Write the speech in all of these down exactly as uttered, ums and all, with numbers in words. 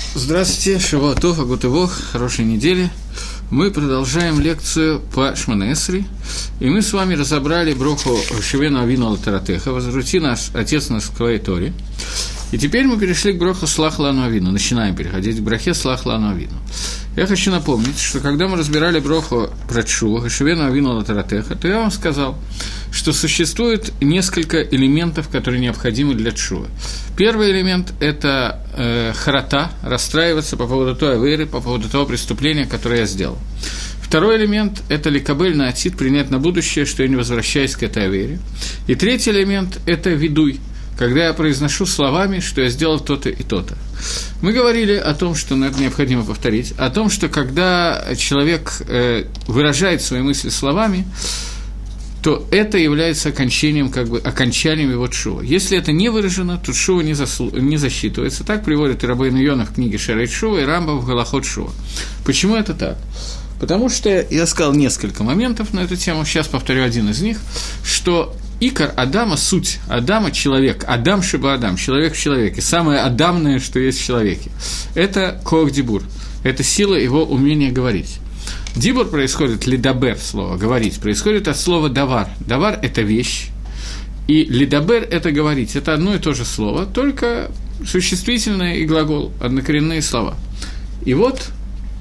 Здравствуйте, Шавуа Тов, Агут и Вох, хорошей недели. Мы продолжаем лекцию по Шмонeh Эсрей, и мы с вами разобрали броху Шивену Авину Аль-Таратеха, возврати наш Отец нас к твоей Торе. И теперь мы перешли к броху Слах Лану Авину, начинаем переходить к брохе Слах Лану Авину. Я хочу напомнить, что когда мы разбирали броху про Тшуву, Шивену Авину Аль-Таратеха, то я вам сказал, что существует несколько элементов, которые необходимы для Тшувы. Первый элемент – это э, харата, расстраиваться по поводу той авейры, по поводу того преступления, которое я сделал. Второй элемент – это ликабель на атит, принять на будущее, что я не возвращаюсь к этой авейре. И третий элемент – это видуй, когда я произношу словами, что я сделал то-то и то-то. Мы говорили о том, что ну, это необходимо повторить, о том, что когда человек э, выражает свои мысли словами, то это является окончанием, как бы, окончанием его тшува. Если это не выражено, то тшува не, заслу... не засчитывается. Так приводит и Рабейну Йона в книге Шарей Тшува, и Рамбам в Галахот Тшува. Почему это так? Потому что я сказал несколько моментов на эту тему, сейчас повторю один из них, что икор Адама, суть Адама – человек, Адам шиба Адам, человек в человеке, самое адамное, что есть в человеке – это коах дибур, это сила его умения говорить. Дибур происходит, лидабер слово, говорить, происходит от слова давар. Давар – это вещь, и лидабер – это говорить. Это одно и то же слово, только существительное и глагол, однокоренные слова. И вот,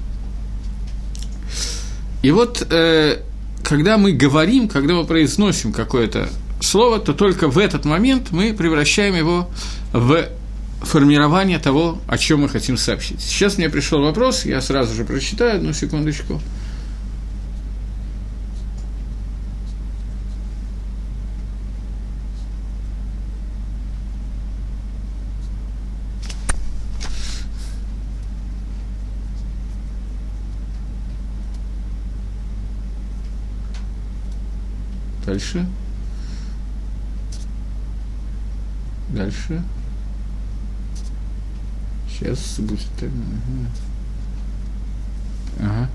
и вот э, когда мы говорим, когда мы произносим какое-то слово, то только в этот момент мы превращаем его в формирование того, о чем мы хотим сообщить. Сейчас мне пришел вопрос, я сразу же прочитаю, одну секундочку. Дальше. Дальше. Сейчас будет. Ага. Ага.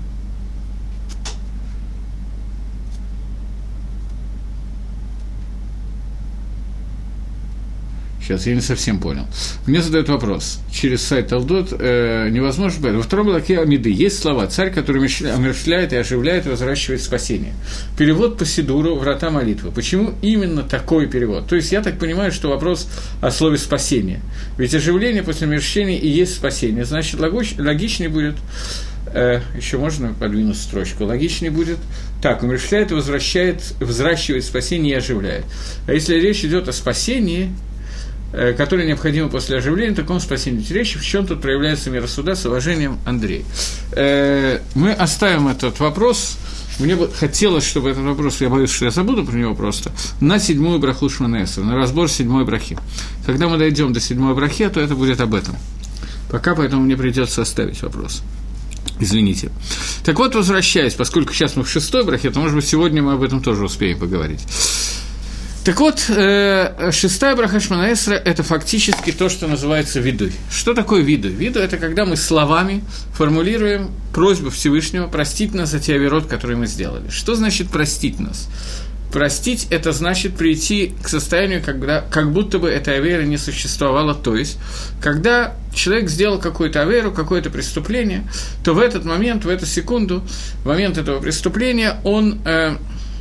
Сейчас, я не совсем понял. Мне задают вопрос. Через сайт Талдот э, невозможно быть. Во втором блоке Амиды есть слова «царь, который омерщвляет и оживляет, и возвращает спасение». Перевод по Сидуру «Врата молитвы». Почему именно такой перевод? То есть, я так понимаю, что вопрос о слове «спасение». Ведь оживление после омерщения и есть спасение. Значит, логич, логичнее будет... Э, еще можно подвинуть строчку? Логичнее будет... Так, умерщвляет и возвращает, взращивает спасение и оживляет. А если речь идет о спасении... которое необходимо после оживления, в таком спасении речи, в чем тут проявляется мера суда, с уважением, Андрей. Мы оставим этот вопрос, мне бы хотелось, чтобы этот вопрос, я боюсь, что я забуду про него просто, на седьмую браху Шмонeh Эсрей, на разбор седьмой брахи. Когда мы дойдем до седьмой брахи, то это будет об этом. Пока, поэтому мне придется оставить вопрос. Извините. Так вот, возвращаясь, поскольку сейчас мы в шестой брахе, то, может быть, сегодня мы об этом тоже успеем поговорить. Так вот, э, шестая браха Шмонeh Эсрей – это фактически то, что называется видуй. Что такое видуй? Видуй – это когда мы словами формулируем просьбу Всевышнего простить нас за те авирот, которые мы сделали. Что значит простить нас? Простить – это значит прийти к состоянию, когда, как будто бы этой авейры не существовало. То есть, когда человек сделал какую-то авейру, какое-то преступление, то в этот момент, в эту секунду, в момент этого преступления он… Э,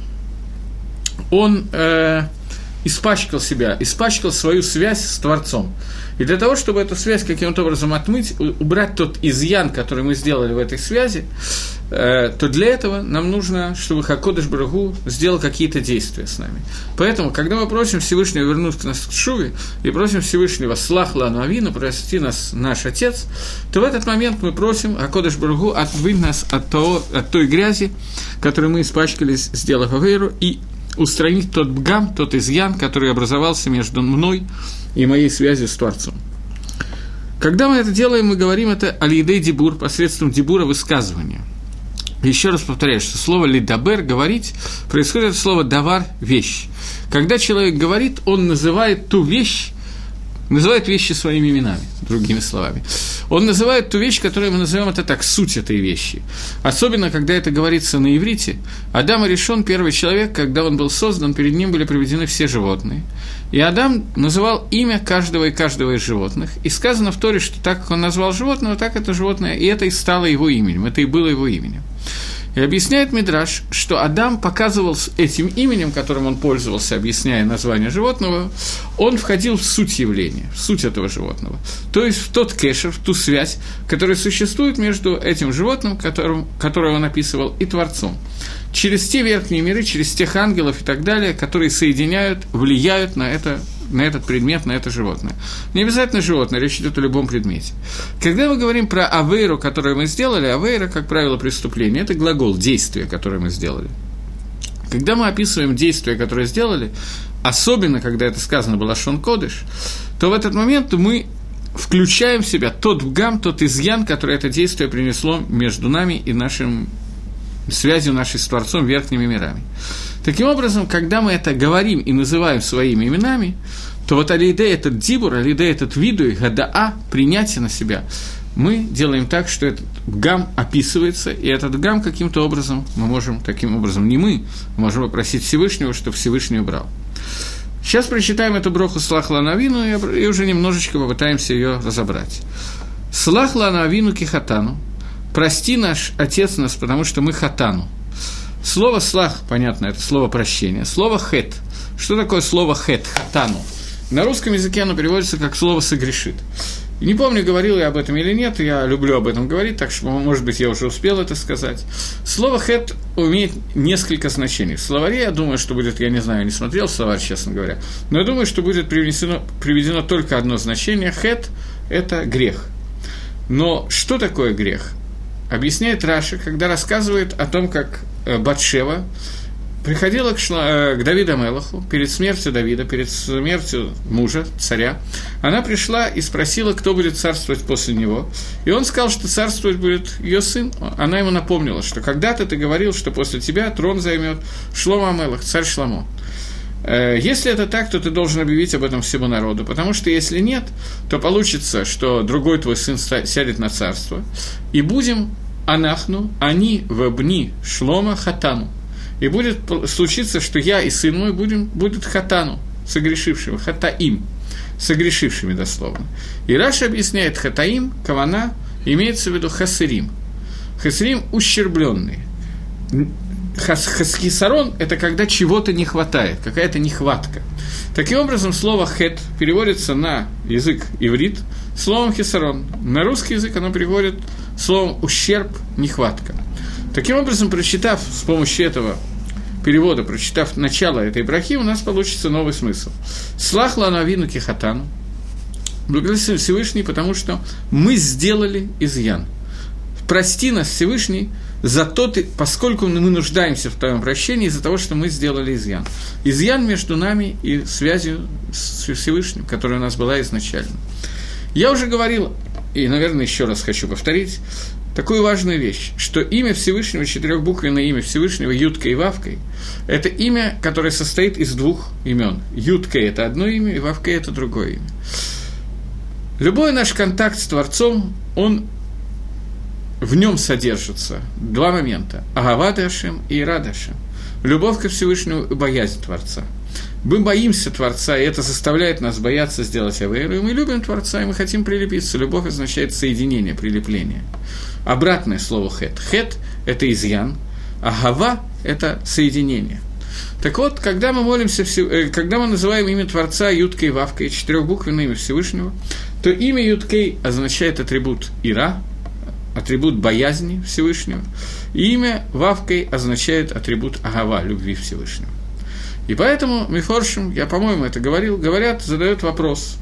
он э, испачкал себя, испачкал свою связь с Творцом. И для того, чтобы эту связь каким-то образом отмыть, убрать тот изъян, который мы сделали в этой связи, э, то для этого нам нужно, чтобы Хакодеш Барух Ху сделал какие-то действия с нами. Поэтому, когда мы просим Всевышнего вернуть нас к Шуве, и просим Всевышнего «Слах Лану Авину», прости нас, наш Отец, то в этот момент мы просим Хакодеш Барух Ху отмыть нас от, того, от той грязи, которой мы испачкались, сделав авейру, и устранить тот бгам, тот изъян, который образовался между мной и моей связью с Творцом. Когда мы это делаем, мы говорим это аль-идей дибур, посредством дибура высказывания. Еще раз повторяю, что слово «лидабер» – «говорить» происходит от слова «давар» – «вещь». Когда человек говорит, он называет ту вещь, называет вещи своими именами, другими словами. Он называет ту вещь, которую мы называем это так, суть этой вещи. Особенно, когда это говорится на иврите. Адам Аришон, первый человек, когда он был создан, перед ним были приведены все животные. И Адам называл имя каждого и каждого из животных. И сказано в Торе, что так как он назвал животного, так это животное, и это и стало его именем, это и было его именем. И объясняет Мидраш, что Адам показывал с этим именем, которым он пользовался, объясняя название животного, он входил в суть явления, в суть этого животного. То есть в тот кешер, в ту связь, которая существует между этим животным, которым, которое он описывал, и Творцом. Через те верхние миры, через тех ангелов и так далее, которые соединяют, влияют на это, на этот предмет, на это животное. Не обязательно животное, речь идет о любом предмете. Когда мы говорим про авейру, которую мы сделали, авейра, как правило, преступление, это глагол, действие, которое мы сделали. Когда мы описываем действие, которое сделали, особенно, когда это сказано было «Лашон кодеш», то в этот момент мы включаем в себя тот вгам, тот изъян, который это действие принесло между нами и нашим связью нашей с Творцом верхними мирами. Таким образом, когда мы это говорим и называем своими именами, то вот алидей этот дибур, алидей этот видуй, гадаа, принятие на себя, мы делаем так, что этот гам описывается, и этот гам каким-то образом, мы можем, таким образом, не мы, можем попросить Всевышнего, чтобы Всевышний убрал. Сейчас прочитаем эту броху «Слах лану авину» и уже немножечко попытаемся ее разобрать. «Слах лану авину кихатану», «Прости наш Отец нас, потому что мы хатану». Слово «слах», понятно, это слово «прощение». Слово «хет». Что такое слово «хет», «хатану»? На русском языке оно переводится как слово «согрешит». И не помню, говорил я об этом или нет, я люблю об этом говорить, так что, может быть, я уже успел это сказать. Слово «хет» имеет несколько значений. В словаре, я думаю, что будет, я не знаю, я не смотрел словарь, честно говоря, но я думаю, что будет привнесено, приведено только одно значение. «Хет» – это грех. Но что такое грех? Объясняет Раши, когда рассказывает о том, как Батшева приходила к, Шла, к Давиду Мелаху перед смертью Давида, перед смертью мужа, царя. Она пришла и спросила, кто будет царствовать после него. И он сказал, что царствовать будет ее сын. Она ему напомнила, что когда-то ты говорил, что после тебя трон займет Шломо ха-Мелах, царь Шломо. Если это так, то ты должен объявить об этом всему народу, потому что если нет, то получится, что другой твой сын сядет на царство, и будем анахну, они вабни Шломо хатану. И будет случиться, что я и сын мой будем, будут хатану, согрешившими, хатаим, согрешившими дословно. И Раша объясняет, хатаим, кавана, имеется в виду хасырим. Хасырим – ущербленные. Хисарон – это когда чего-то не хватает, какая-то нехватка. Таким образом, слово «хет» переводится на язык иврит словом «хисарон». На русский язык оно переводит словом «ущерб», «нехватка». Таким образом, прочитав с помощью этого перевода, прочитав начало этой брахи, у нас получится новый смысл. «Слах лану авину кихатану». Благодарствуем Всевышний, потому что мы сделали изъян. Прости нас, Всевышний, за то, поскольку мы нуждаемся в твоем прощении из-за того, что мы сделали изъян. Изъян между нами и связью с Всевышним, которая у нас была изначально. Я уже говорил, и, наверное, еще раз хочу повторить, такую важную вещь, что имя Всевышнего, четырехбуквенное имя Всевышнего, Юткой и Вавкой, это имя, которое состоит из двух имен. Юткой – это одно имя, и Вавкой – это другое имя. Любой наш контакт с Творцом, он в нем содержатся два момента – Агава Ашем и Ира Ашем. Любовь ко Всевышнему и боязнь Творца. Мы боимся Творца, и это заставляет нас бояться сделать авейру, и мы любим Творца, и мы хотим прилепиться. Любовь означает соединение, прилепление. Обратное слово «хет». «Хет» – это изъян, а «гава» – это соединение. Так вот, когда мы молимся, когда мы называем имя Творца Юткой и Вавкой, четырехбуквенное имя Всевышнего, то имя Юткой означает атрибут Ира, атрибут боязни Всевышнего, и имя Вавкой означает атрибут Агава, любви Всевышнего. И поэтому Мифоршим, я, по-моему, это говорил, говорят, задают вопрос.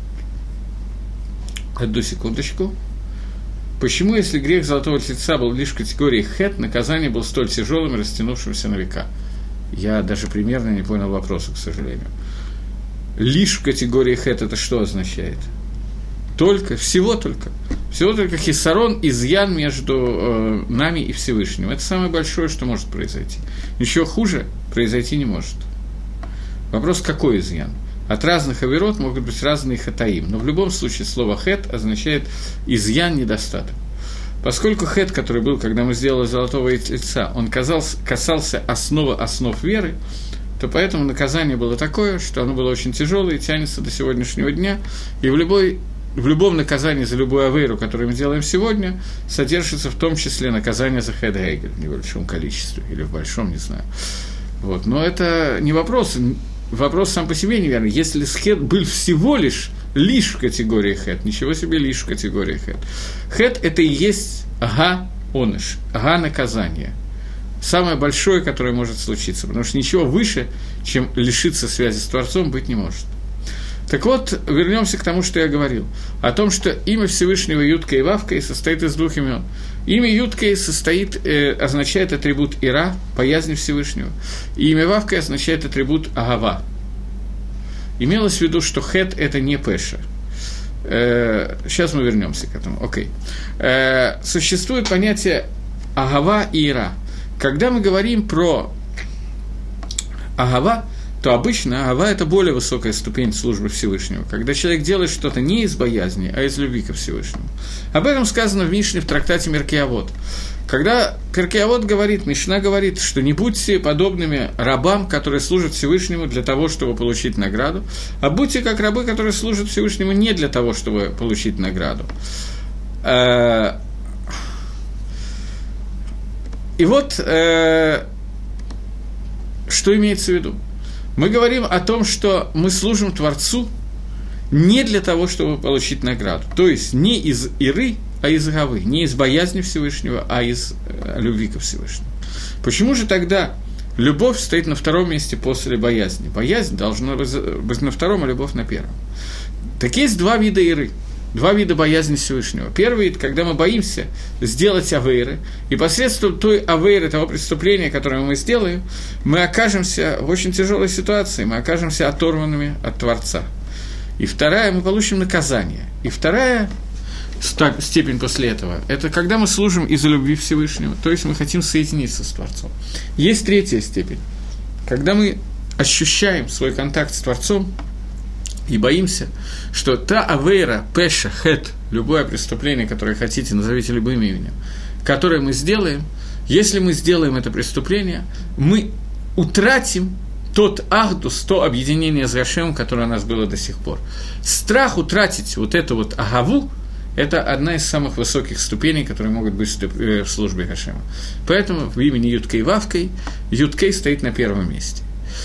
Одну секундочку. Почему, если грех золотого тельца был лишь в категории хет, наказание было столь тяжелым и растянувшимся на века? Я даже примерно не понял вопроса, к сожалению. Лишь в категории хет это что означает? Только, всего только. Всего только хисарон, изъян между э, нами и Всевышним. Это самое большое, что может произойти. Ничего хуже произойти не может. Вопрос, какой изъян? От разных авейрот могут быть разные хатаим, но в любом случае слово «хет» означает «изъян, недостаток». Поскольку хет, который был, когда мы сделали золотого яйца, он касался, касался основы основ веры, то поэтому наказание было такое, что оно было очень тяжелое и тянется до сегодняшнего дня, и в, любой, в любом наказании за любую авейру, которую мы делаем сегодня, содержится в том числе наказание за хет гейгель в небольшом количестве, или в большом, не знаю. Вот. Но это не вопрос, вопрос сам по себе неверный. Если хет был всего лишь лишь в категории хет, ничего себе лишь в категории хет. Хет – это и есть ага-оныш, ага-наказание. Самое большое, которое может случиться, потому что ничего выше, чем лишиться связи с Творцом, быть не может. Так вот, вернемся к тому, что я говорил, о том, что имя Всевышнего Юд-Кей Вав-Кей состоит из двух имен. Имя Юд-Кей состоит, э, означает атрибут Ира, боязнь Всевышнего, и имя Вав-Кей означает атрибут Агава. Имелось в виду, что хет – это не пеша. Э, сейчас мы вернемся к этому. Окей. Э, существует понятие агава и ира. Когда мы говорим про агава, то обычно агава – это более высокая ступень службы Всевышнего, когда человек делает что-то не из боязни, а из любви ко Всевышнему. Об этом сказано в Мишне в трактате Перкей Авот. Когда Перкей Авот говорит, Мишна говорит, что не будьте подобными рабам, которые служат Всевышнему для того, чтобы получить награду, а будьте как рабы, которые служат Всевышнему не для того, чтобы получить награду. И вот, что имеется в виду? Мы говорим о том, что мы служим Творцу не для того, чтобы получить награду. То есть не из иры, а из гавы, не из боязни Всевышнего, а из э, любви ко Всевышнему. Почему же тогда любовь стоит на втором месте после боязни? Боязнь должна быть на втором, а любовь на первом. Так есть два вида иры, два вида боязни Всевышнего. Первый вид, когда мы боимся сделать авейры, и посредством той авейры, того преступления, которое мы сделаем, мы окажемся в очень тяжелой ситуации, мы окажемся оторванными от Творца. И вторая, мы получим наказание. И вторая степень после этого – это когда мы служим из-за любви Всевышнего, то есть мы хотим соединиться с Творцом. Есть третья степень, когда мы ощущаем свой контакт с Творцом и боимся, что та авейра, пеша, хет, любое преступление, которое хотите, назовите любым именем, которое мы сделаем, если мы сделаем это преступление, мы утратим тот ахдус, то объединение с Гашемом, которое у нас было до сих пор. Страх утратить вот эту вот агаву – это одна из самых высоких ступеней, которые могут быть в службе Гашема. Поэтому в имени Юд-Кей Вав-Кей Юд-Кей стоит на первом месте.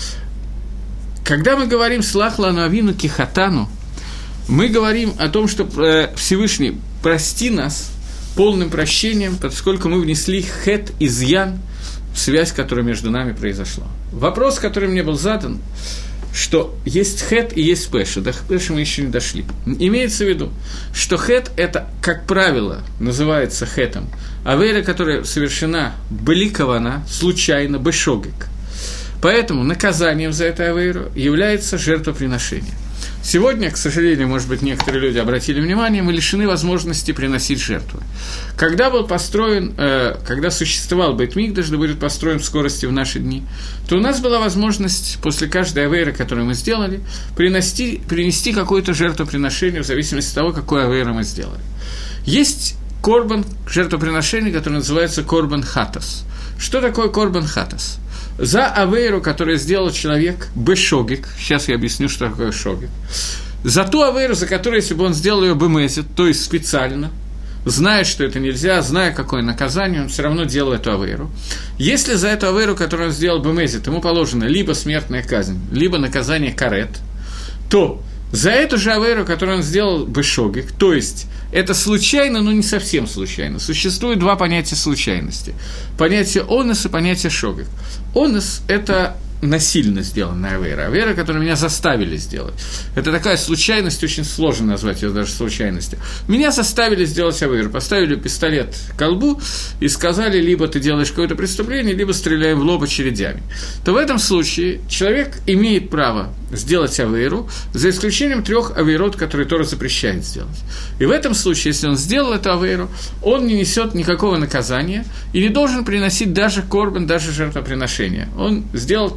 Когда мы говорим «Слах лану авину кихатану», мы говорим о том, что Всевышний прости нас полным прощением, поскольку мы внесли хет, изъян, в связь, которая между нами произошла. Вопрос, который мне был задан, что есть хет и есть пеша. До пеши мы еще не дошли. Имеется в виду, что хет – это, как правило, называется хетом, авейра, которая совершена бли кавана, случайно, бешогик. Поэтому наказанием за эту авейру является жертвоприношение. Сегодня, к сожалению, может быть, некоторые люди обратили внимание, мы лишены возможности приносить жертвы. Когда был построен, э, когда существовал Бейт-Микдаш, да будет построен в скорости в наши дни, то у нас была возможность после каждой авейры, которую мы сделали, принести, принести какое-то жертвоприношение в зависимости от того, какую авейру мы сделали. Есть корбан, жертвоприношение, которое называется корбан хатас. Что такое корбан хатас? За авейру, которую сделал человек, бешогик, сейчас я объясню, что такое шогик, за ту авейру, за которую, если бы он сделал ее бемезит, то есть специально, зная, что это нельзя, зная, какое наказание, он все равно делал эту авейру. Если за эту авейру, которую он сделал бемезит, ему положена либо смертная казнь, либо наказание карет, то за эту же авейру, которую он сделал бешогик, то есть это случайно, но не совсем случайно. Существует два понятия случайности. Понятие онес и понятие шогик. Онес – это насильно сделанная авейра, авейра, которую меня заставили сделать. Это такая случайность, очень сложно назвать ее даже случайностью. Меня заставили сделать авейру, поставили пистолет к колбу и сказали, либо ты делаешь какое-то преступление, либо стреляем в лоб очередями. То в этом случае человек имеет право сделать авейру, за исключением трех авейрот, которые Тора запрещает сделать. И в этом случае, если он сделал эту авейру, он не несет никакого наказания и не должен приносить даже корбан, даже жертвоприношение. Он сделал то,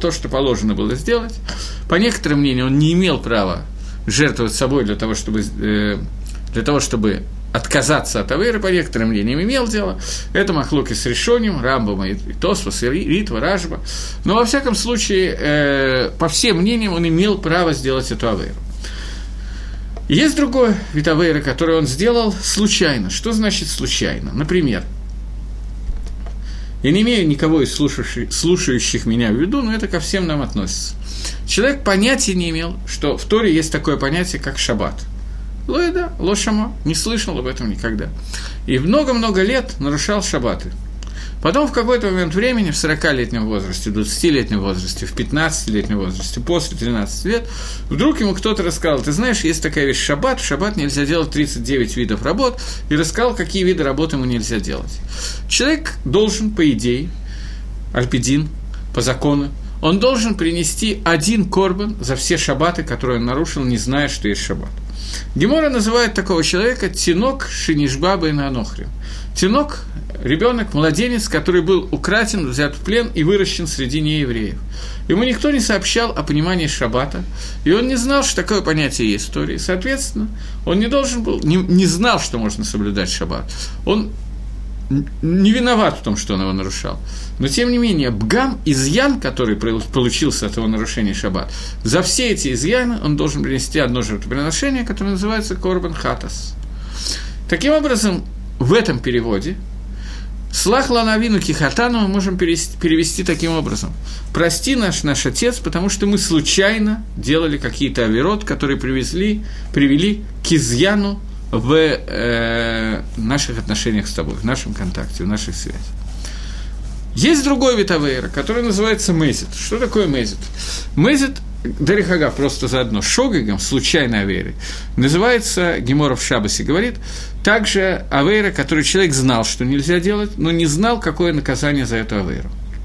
то, что положено было сделать. По некоторым мнениям, он не имел права жертвовать собой для того, чтобы, э, для того, чтобы отказаться от авейры, по некоторым мнениям, имел дело. Это махлоки с решением, Рамбама и Тосфос, и Ритва, Ражба. Но, во всяком случае, э, по всем мнениям, он имел право сделать эту авейру. Есть другой вид авейры, который он сделал случайно. Что значит случайно? Например, я не имею никого из слушающих, слушающих меня в виду, но это ко всем нам относится. Человек понятия не имел, что в Торе есть такое понятие, как шаббат. Лоида, лошама, не слышал об этом никогда. И много-много лет нарушал шаббаты. Потом в какой-то момент времени, в сорокалетнем возрасте, в двадцатилетнем возрасте, в пятнадцатилетнем возрасте, после тринадцати лет, вдруг ему кто-то рассказал: ты знаешь, есть такая вещь шаббат, в шаббат нельзя делать тридцать девять видов работ, и рассказал, какие виды работы ему нельзя делать. Человек должен, по идее, альпидин, по закону, он должен принести один корбан за все шаббаты, которые он нарушил, не зная, что есть шаббат. Гемора называет такого человека «тинок шинишба бейн анохрим». Тинок – ребенок, младенец, который был украден, взят в плен и выращен среди неевреев. Ему никто не сообщал о понимании шаббата, и он не знал, что такое понятие есть в Торе. Соответственно, он не должен был, не, не знал, что можно соблюдать шаббат. Он не виноват в том, что он его нарушал. Но, тем не менее, бгам, изъян, который получился от его нарушения шаббат, за все эти изъяны он должен принести одно жертвоприношение, которое называется корбан хатас. Таким образом, в этом переводе «Слах ланавину кихатану» мы можем перевести, перевести таким образом: «Прости наш, наш Отец, потому что мы случайно делали какие-то авирот, которые привезли, привели к изъяну в э, наших отношениях с тобой, в нашем контакте, в наших связях». Есть другой вид авейра, который называется мезит. Что такое мезит? Мезит, Дарихага, просто заодно с шогигом, случайной авейрой, называется, Гемора в Шабасе говорит, также авейра, который человек знал, что нельзя делать, но не знал, какое наказание за эту авейру.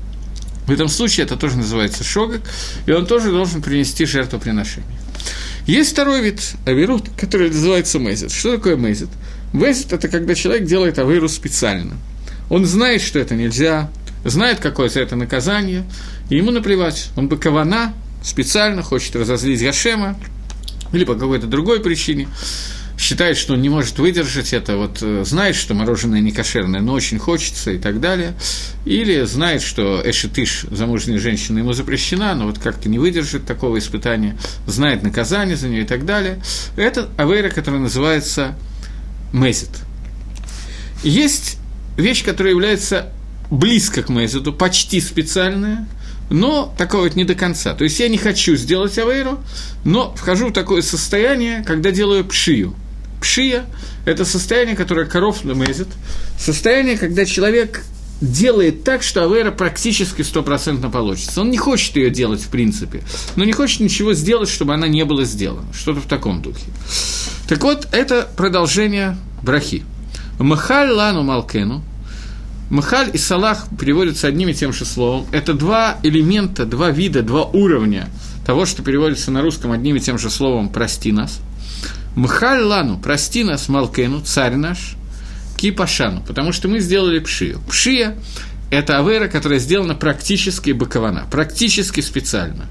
В этом случае это тоже называется шогиг, и он тоже должен принести жертвоприношение. Есть второй вид авейрут, который называется мезит. Что такое мезит? Мезит – это когда человек делает авейру специально. Он знает, что это нельзя, знает, какое за это наказание, и ему наплевать. Он бы кавана специально хочет разозлить Гашема или по какой-то другой причине, считает, что он не может выдержать это, вот знает, что мороженое не кошерное, но очень хочется и так далее, или знает, что эшетиш, замужняя женщина, ему запрещена, но вот как-то не выдержит такого испытания, знает наказание за нее и так далее. Это авейра, которая называется мезит. Есть вещь, которая является близко к мезиту, почти специальная, но такое вот не до конца. То есть я не хочу сделать авейру, но вхожу в такое состояние, когда делаю пшию. Пшия – это состояние, которое коров мезит, состояние, когда человек делает так, что авейра практически стопроцентно получится. Он не хочет ее делать в принципе, но не хочет ничего сделать, чтобы она не была сделана. Что-то в таком духе. Так вот, это продолжение брахи. Махаль лану малкену. Махаль и салах переводятся одним и тем же словом. Это два элемента, два вида, два уровня того, что переводится на русском одним и тем же словом «прости нас». Махаль лану, прости нас, малкену, царь наш, ки пашану, потому что мы сделали пшию. Пшия – это авейра, которая сделана практически бакавана, практически специально.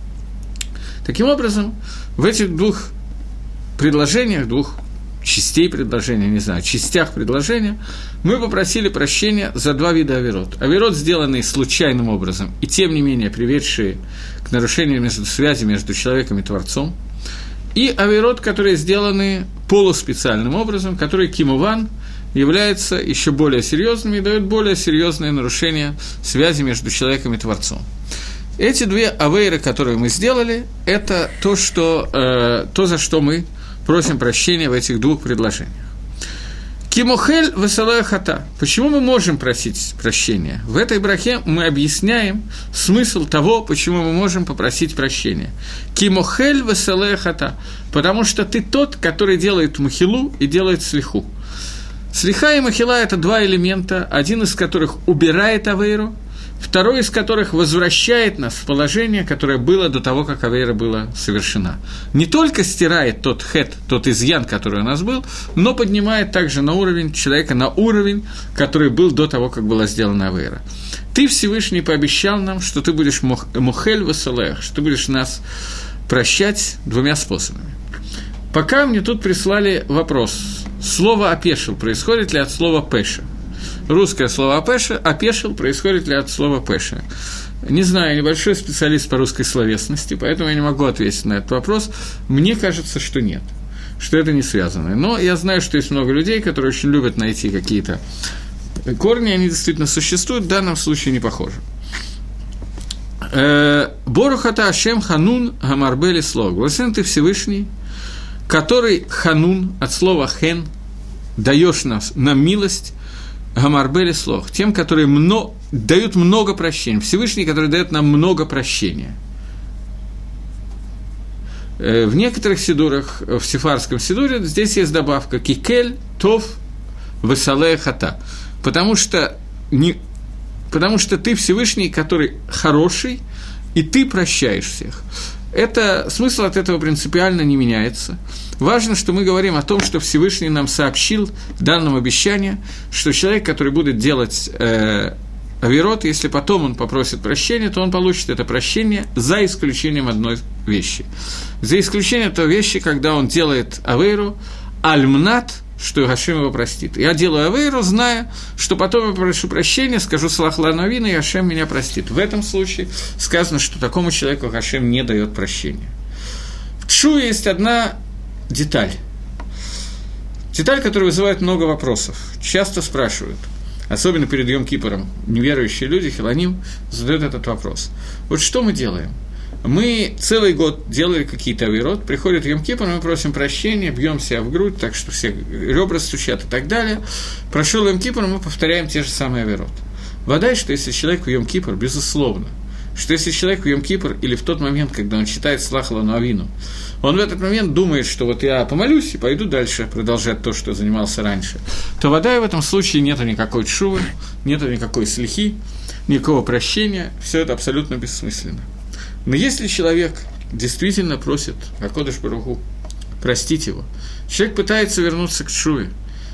Таким образом, в этих двух предложениях, двух частей предложения, не знаю, частях предложения, мы попросили прощения за два вида авирот. Авирот, сделанные случайным образом, и тем не менее приведшие к нарушению между связи между человеком и Творцом, и авирот, которые сделаны полуспециальным образом, которые кимуван являются еще более серьезными и дают более серьезные нарушения связи между человеком и Творцом. Эти две авейры, которые мы сделали, это то, что, э, то, за что мы просим прощения в этих двух предложениях. Кимохель весалая хата. Почему мы можем просить прощения? В этой брахе мы объясняем смысл того, почему мы можем попросить прощения. Кимохель весалая хата. Потому что ты тот, который делает махилу и делает слиху. Слиха и махила – это два элемента, один из которых убирает авейру, второй из которых возвращает нас в положение, которое было до того, как авейра была совершена. Не только стирает тот хет, тот изъян, который у нас был, но поднимает также на уровень человека, на уровень, который был до того, как была сделана авейра. ты, Всевышний, пообещал нам, что ты будешь мухель васалех, что ты будешь нас прощать двумя способами. Пока мне тут прислали вопрос. Слово «опешил» происходит ли от слова «пеша»? Русское слово «опеша», «опешил» происходит ли от слова «пеша»? Не знаю, я небольшой специалист по русской словесности, поэтому я не могу ответить на этот вопрос. Мне кажется, что нет, что это не связано. Но я знаю, что есть много людей, которые очень любят найти какие-то корни, они действительно существуют, в данном случае не похожи. Борухата Ашем Ханун Гамарбели Слог. Благословен ты Всевышний, который Ханун, от слова Хен, даешь нас нам милость, Гамарбели Слог, тем, которые много, дают много прощения. Всевышний, который дает нам много прощения. В некоторых сидурах, в сефарском сидуре, здесь есть добавка «Кикель, Тов, Весалея Хата», потому что, не, потому что ты Всевышний, который хороший, и ты прощаешь всех. Это, смысл от этого принципиально не меняется. Важно, что мы говорим о том, что Всевышний нам сообщил в данном обещании, что человек, который будет делать э, авирот, если потом он попросит прощения, то он получит это прощение за исключением одной вещи. За исключением той вещи, когда он делает авейру, альмнат, что Гашем его простит. Я делаю авейру, зная, что потом я прошу прощения, скажу салах лану авину, и Гашем меня простит. В этом случае сказано, что такому человеку Гашем не дает прощения. В Тшуве есть одна деталь. Деталь, которая вызывает много вопросов. Часто спрашивают, особенно перед Йом-Кипуром, неверующие люди, хилоним, задают этот вопрос. Вот что мы делаем? Мы целый год делали какие-то авирот, приходит Йом-Кипур, мы просим прощения, бьем себя в грудь, так что все ребра стучат и так далее. Прошел Йом-Кипур, мы повторяем те же самые авирот. Вода, что если человек в Йом-Кипур, безусловно, что если человек в Йом-Кипур или в тот момент, когда он читает салах лану авину, он в этот момент думает, что вот я помолюсь и пойду дальше продолжать то, что занимался раньше, то вода в этом случае нету никакой тшувы, нету никакой слихи, никакого прощения, все это абсолютно бессмысленно. Но если человек действительно просит Акодеш Барух Ху простить его, человек пытается вернуться к тшуве,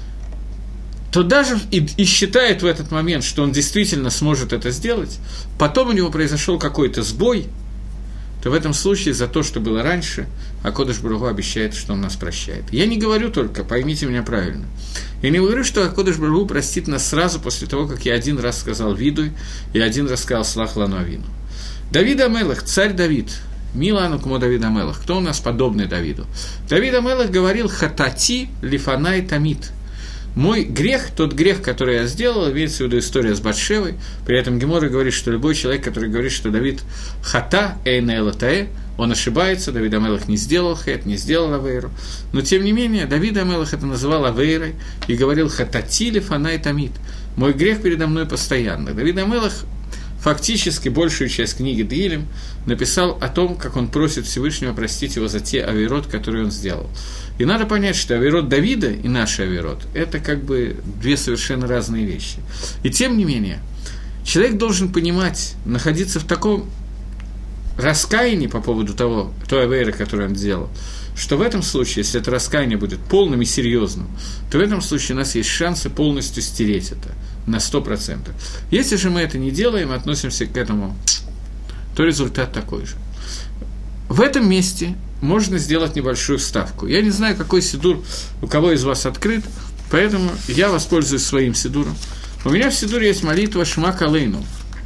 то даже и, и считает в этот момент, что он действительно сможет это сделать, потом у него произошел какой-то сбой, то в этом случае за то, что было раньше, Акодеш Барух Ху обещает, что он нас прощает. Я не говорю только, поймите меня правильно, я не говорю, что Акодеш Барух Ху простит нас сразу после того, как я один раз сказал Видуй и один раз сказал Салах лану авину. Давид а-Мелех, царь Давид, Милану кумо Давид а-Мелех, кто у нас подобный Давиду? Давид а-Мелех говорил «Хатати лифанай тамид». Мой грех, тот грех, который я сделал, имеется в виду история с Батшевой, при этом Гемора говорит, что любой человек, который говорит, что Давид хата эйне элатае, он ошибается, Давид а-Мелех не сделал хэт, не сделал авейру, но тем не менее Давид а-Мелех это называл авейрой и говорил «Хатати лифанай тамид». Мой грех передо мной постоянно. Давид а-Мелех фактически большую часть книги Дилем написал о том, как он просит Всевышнего простить его за те авирот, которые он сделал. И надо понять, что авирот Давида и наш авирот – это как бы две совершенно разные вещи. И тем не менее, человек должен понимать, находиться в таком раскаянии по поводу того, той авейры, которую он сделал, что в этом случае, если это раскаяние будет полным и серьезным, то в этом случае у нас есть шансы полностью стереть это на сто процентов. Если же мы это не делаем, относимся к этому, то результат такой же. В этом месте можно сделать небольшую вставку. Я не знаю, какой сидур у кого из вас открыт, поэтому я воспользуюсь своим сидуром. У меня в сидуре есть молитва Шма Калейну.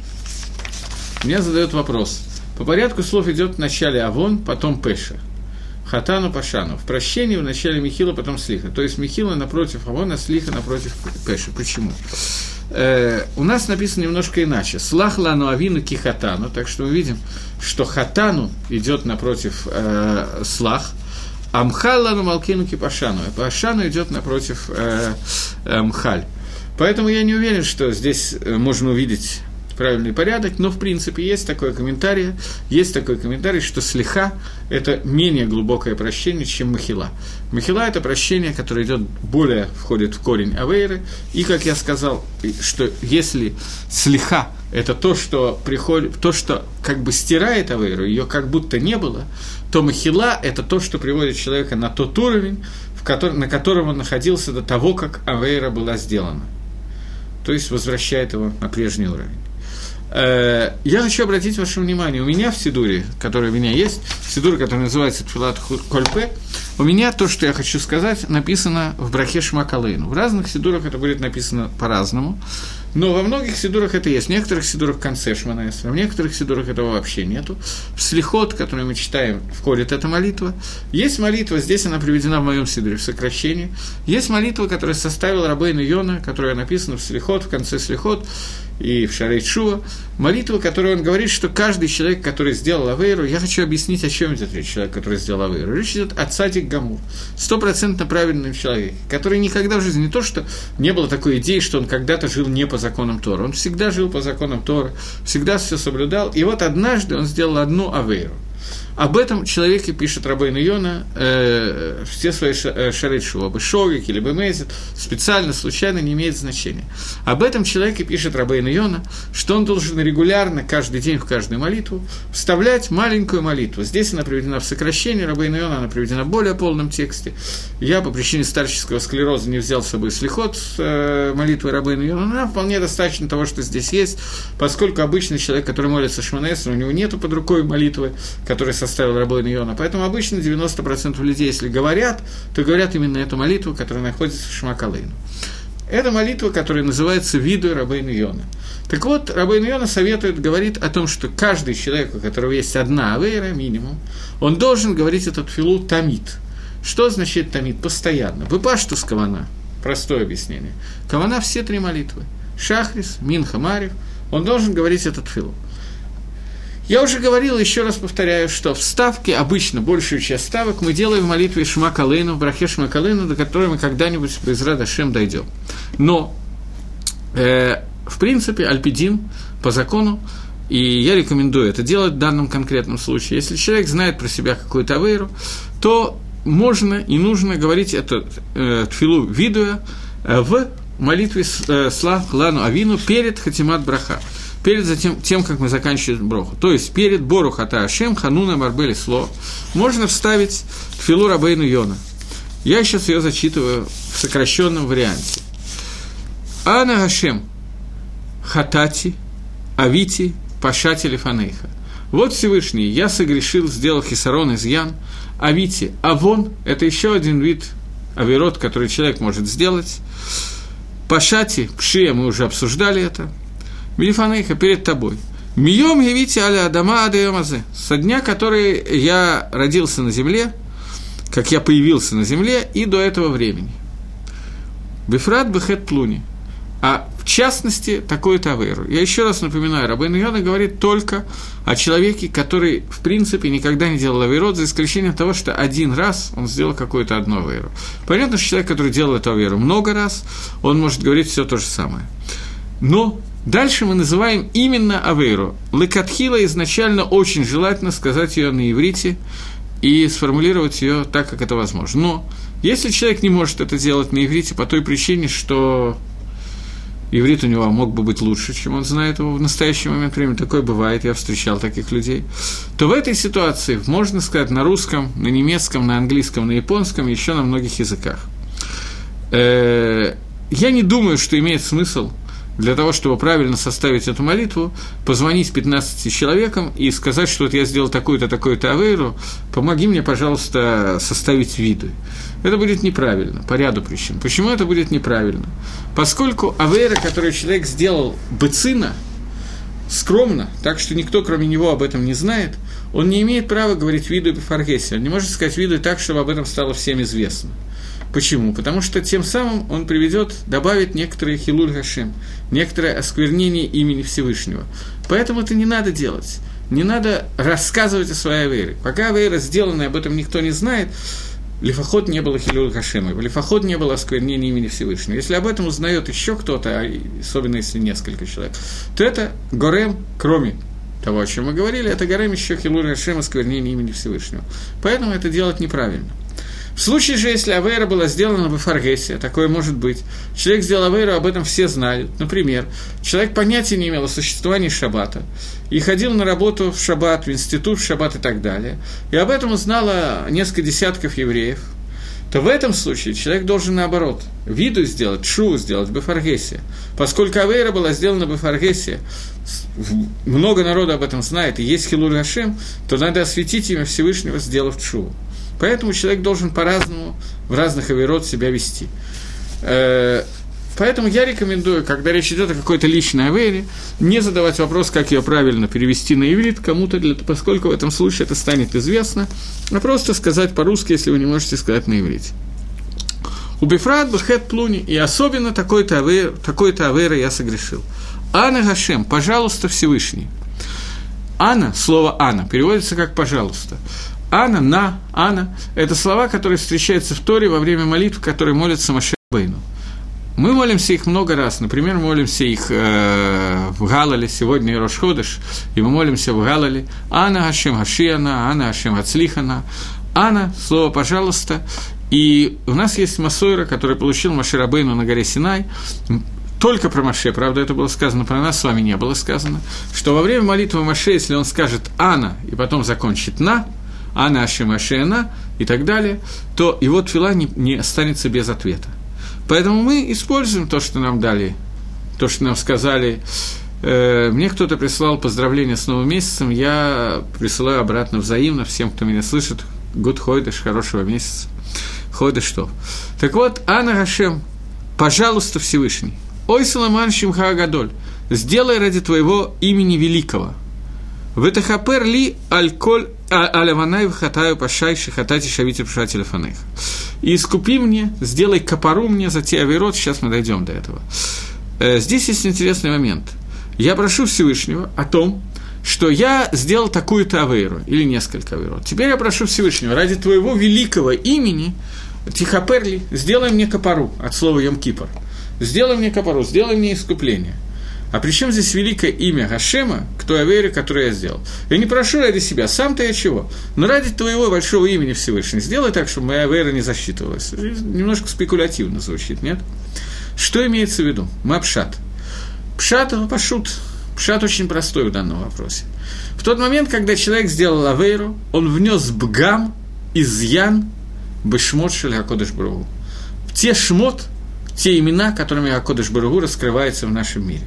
Меня задают вопрос. По порядку слов идет в начале Авон, потом Пеша. Хатану Пашану. В прощении в начале Михила, потом Слиха. То есть Михила напротив Авона, Слиха напротив Пеши. Почему? Э, у нас написано немножко иначе. Слах лану авину ки хатану. Так что мы видим, что хатану идет напротив э, слах, а мхал лану малкину ки пашану. И пашану идет напротив э, э, мхаль. Поэтому я не уверен, что здесь можно увидеть правильный порядок, но в принципе есть такой комментарий, есть такой комментарий, что слиха – это менее глубокое прощение, чем махила. Махила – это прощение, которое идет более, входит в корень авейры, и, как я сказал, что если слиха – это то, что приходит, то, что как бы стирает авейру, ее как будто не было, то махила – это то, что приводит человека на тот уровень, в который, на котором он находился до того, как авейра была сделана. То есть возвращает его на прежний уровень. Я хочу обратить ваше внимание, у меня в Сидуре, который у меня есть, Сидур, который называется Тфилат Кольпе, у меня то, что я хочу сказать, написано в брахе Шма Колейну. В разных Сидурах это будет написано по-разному, но во многих Сидурах это есть. В некоторых Сидурах в конце Шмона Эсра, в некоторых Сидурах этого вообще нету. В Слихот, который мы читаем, входит эта молитва. Есть молитва, здесь она приведена в моем Сидуре в сокращении. Есть молитва, которую составил Рабейну Йона, которая написана в Слихот, в конце Слихот, и в Шарей Тшува, молитва, которую он говорит, что каждый человек, который сделал авейру, я хочу объяснить, о чем идет речь, человек, который сделал авейру. Речь идет о цадик гамур, стопроцентно правильном человеке, который никогда в жизни, не то, что не было такой идеи, что он когда-то жил не по законам Торы, он всегда жил по законам Торы, всегда все соблюдал, и вот однажды он сделал одну авейру. Об этом человеке пишет Рабейну Йона э, все свои Шарей Тшува, Бешовик или Бемезит, специально, случайно, не имеет значения. Об этом человеке пишет Рабейну Йона, что он должен регулярно, каждый день в каждую молитву, вставлять маленькую молитву. Здесь она приведена в сокращении, Рабейну Йона, она приведена в более полном тексте. Я по причине старческого склероза не взял с собой слихот с э, молитвой Рабейну Йона, но она вполне достаточно того, что здесь есть, поскольку обычный человек, который молится Шмона Эсра, у него нету под рукой молитвы, которая составил Рабейну Йона. Поэтому обычно девяносто процентов людей, если говорят, то говорят именно эту молитву, которая находится в Шма Колейну. Это молитва, которая называется «Видуй Рабейну Йона». Так вот, Рабейну Йона советует, говорит о том, что каждый человек, у которого есть одна авейра, минимум, он должен говорить этот филу тамид. Что означает тамид? Постоянно. Бепаштус кавана. Простое объяснение. Кавана – все три молитвы. Шахрис, Минха, Марив. Он должен говорить этот филу. Я уже говорил, еще раз повторяю, что вставки, обычно большую часть ставок мы делаем в молитве Шма Колейну, в брахе Шма Колейну, до которой мы когда-нибудь без Радашем дойдем. Но, э, в принципе, альпидин по закону, и я рекомендую это делать в данном конкретном случае. Если человек знает про себя какую-то авейру, то можно и нужно говорить эту э, тфилу видуя э, в молитве э, Слав Лану Авину перед Хатимат Браха. Перед затем, тем, как мы заканчиваем броху. То есть, перед Бору Хата Ашем, Хануна Марбели Сло, можно вставить тфилу Рабейну Йона. Я сейчас ее зачитываю в сокращенном варианте. Ана Ашем, Хатати, Авити, Пашати Лифанейха. Вот Всевышний, я согрешил, сделал хисарон, изъян. Авити, Авон, это еще один вид авирот, который человек может сделать. Пашати, Пшия, мы уже обсуждали это. Милифанейха, перед тобой. Мием явите аля адама адайомазе. Со дня, который я родился на земле, как я появился на земле, и до этого времени. Бифрат бехет плуни. А в частности, такую-то авейру. Я еще раз напоминаю, Рабейну Йона говорит только о человеке, который, в принципе, никогда не делал авейрот, за исключением того, что один раз он сделал какую-то одну авейру. Понятно, что человек, который делал эту авейру много раз, он может говорить все то же самое. Но дальше мы называем именно авейру. Лекатхила изначально очень желательно сказать ее на иврите и сформулировать ее так, как это возможно. Но если человек не может это делать на иврите по той причине, что иврит у него мог бы быть лучше, чем он знает его в настоящий момент времени, такое бывает, я встречал таких людей, то в этой ситуации можно сказать на русском, на немецком, на английском, на японском, еще на многих языках. Я не думаю, что имеет смысл для того, чтобы правильно составить эту молитву, позвонить пятнадцати человекам и сказать, что вот я сделал такую-то, такую-то авейру, помоги мне, пожалуйста, составить виды. Это будет неправильно, по ряду причин. Почему это будет неправильно? Поскольку авейра, которую человек сделал бецина, скромно, так что никто, кроме него, об этом не знает, он не имеет права говорить виду бифаргеси, он не может сказать виду так, чтобы об этом стало всем известно. Почему? Потому что тем самым он приведет, добавит некоторые хилуль гашем, некоторое осквернение имени Всевышнего. Поэтому это не надо делать. Не надо рассказывать о своей авейре. Пока авейра сделана, об этом никто не знает, лифахот не было хилуль гашема, лифахот не было осквернения имени Всевышнего. Если об этом узнает еще кто-то, особенно если несколько человек, то это горем, кроме того, о чем мы говорили, это горем еще хилуль гашем, осквернение имени Всевышнего. Поэтому это делать неправильно. В случае же, если авейра была сделана в фаргесе, такое может быть, человек сделал авейру, об этом все знают. Например, человек понятия не имел о существовании шаббата и ходил на работу в шаббат, в институт в шаббат и так далее, и об этом узнало несколько десятков евреев, то в этом случае человек должен, наоборот, виду сделать, шуву сделать, бефаргесия. Поскольку авейра была сделана бефаргесия, много народу об этом знает, и есть хилуль Гашем, то надо осветить имя Всевышнего, сделав шуву. Поэтому человек должен по-разному в разных авейрот себя вести. Поэтому я рекомендую, когда речь идет о какой-то личной авейре, не задавать вопрос, как ее правильно перевести на иврит кому-то, для, поскольку в этом случае это станет известно, а просто сказать по-русски, если вы не можете сказать на иврите. У бифрат бхет плуни, и особенно такой-то авейр, такой-то авейра я согрешил. Ана Гашем, пожалуйста, Всевышний. Ана, слово Ана, переводится как «пожалуйста». Ана, на, Ана – это слова, которые встречаются в Торе во время молитв, которые молятся Моше Рабейну. Мы молимся их много раз. Например, мы молимся их э, в Галале, сегодня и Рош Ходеш, и мы молимся в Галале. Ана Гашем Гашиана, Ана Гашем Ацлихана. Ана, слово «пожалуйста». И у нас есть Масойра, который получил Моше Рабейну на горе Синай, только про Моше, правда, это было сказано, про нас с вами не было сказано, что во время молитвы Моше, если он скажет «Ана» и потом закончит «на», «Ана Ашем Ашена» и так далее, то его тфила не, не останется без ответа. Поэтому мы используем то, что нам дали, то, что нам сказали. Э, мне кто-то прислал поздравления с Новым месяцем, я присылаю обратно взаимно всем, кто меня слышит. Гуд Хойдеш, хорошего месяца. Хойдеш что? Так вот, Ана Гашем, пожалуйста, Всевышний, ой, Соломан Шимха Агадоль, сделай ради твоего имени великого. Ветахапер ли аль-коль аль-аванай вхатаю пашай шихатати шавити пшати лефанех. И искупи мне, сделай капару мне за те авейрот, сейчас мы дойдем до этого. Здесь есть интересный момент. Я прошу Всевышнего о том, что я сделал такую-то авейру, или несколько авейрот. Теперь я прошу Всевышнего, ради твоего великого имени, тихаперли, сделай мне капару, от слова Йом-Кипр. Сделай мне капару, сделай мне искупление. А при чем здесь великое имя Гашема к той авейре, которую я сделал? Я не прошу ради себя, сам-то я чего? Но ради твоего большого имени Всевышний сделай так, чтобы моя авейра не засчитывалась. Немножко спекулятивно звучит, нет? Что имеется в виду? Мапшат. Пшат – пашут. Пшат очень простой в данном вопросе. В тот момент, когда человек сделал авейру, он внес бгам, изъян, бешмот шель хакодеш баругу. Те шмот, те имена, которыми хакодеш баругу раскрывается в нашем мире.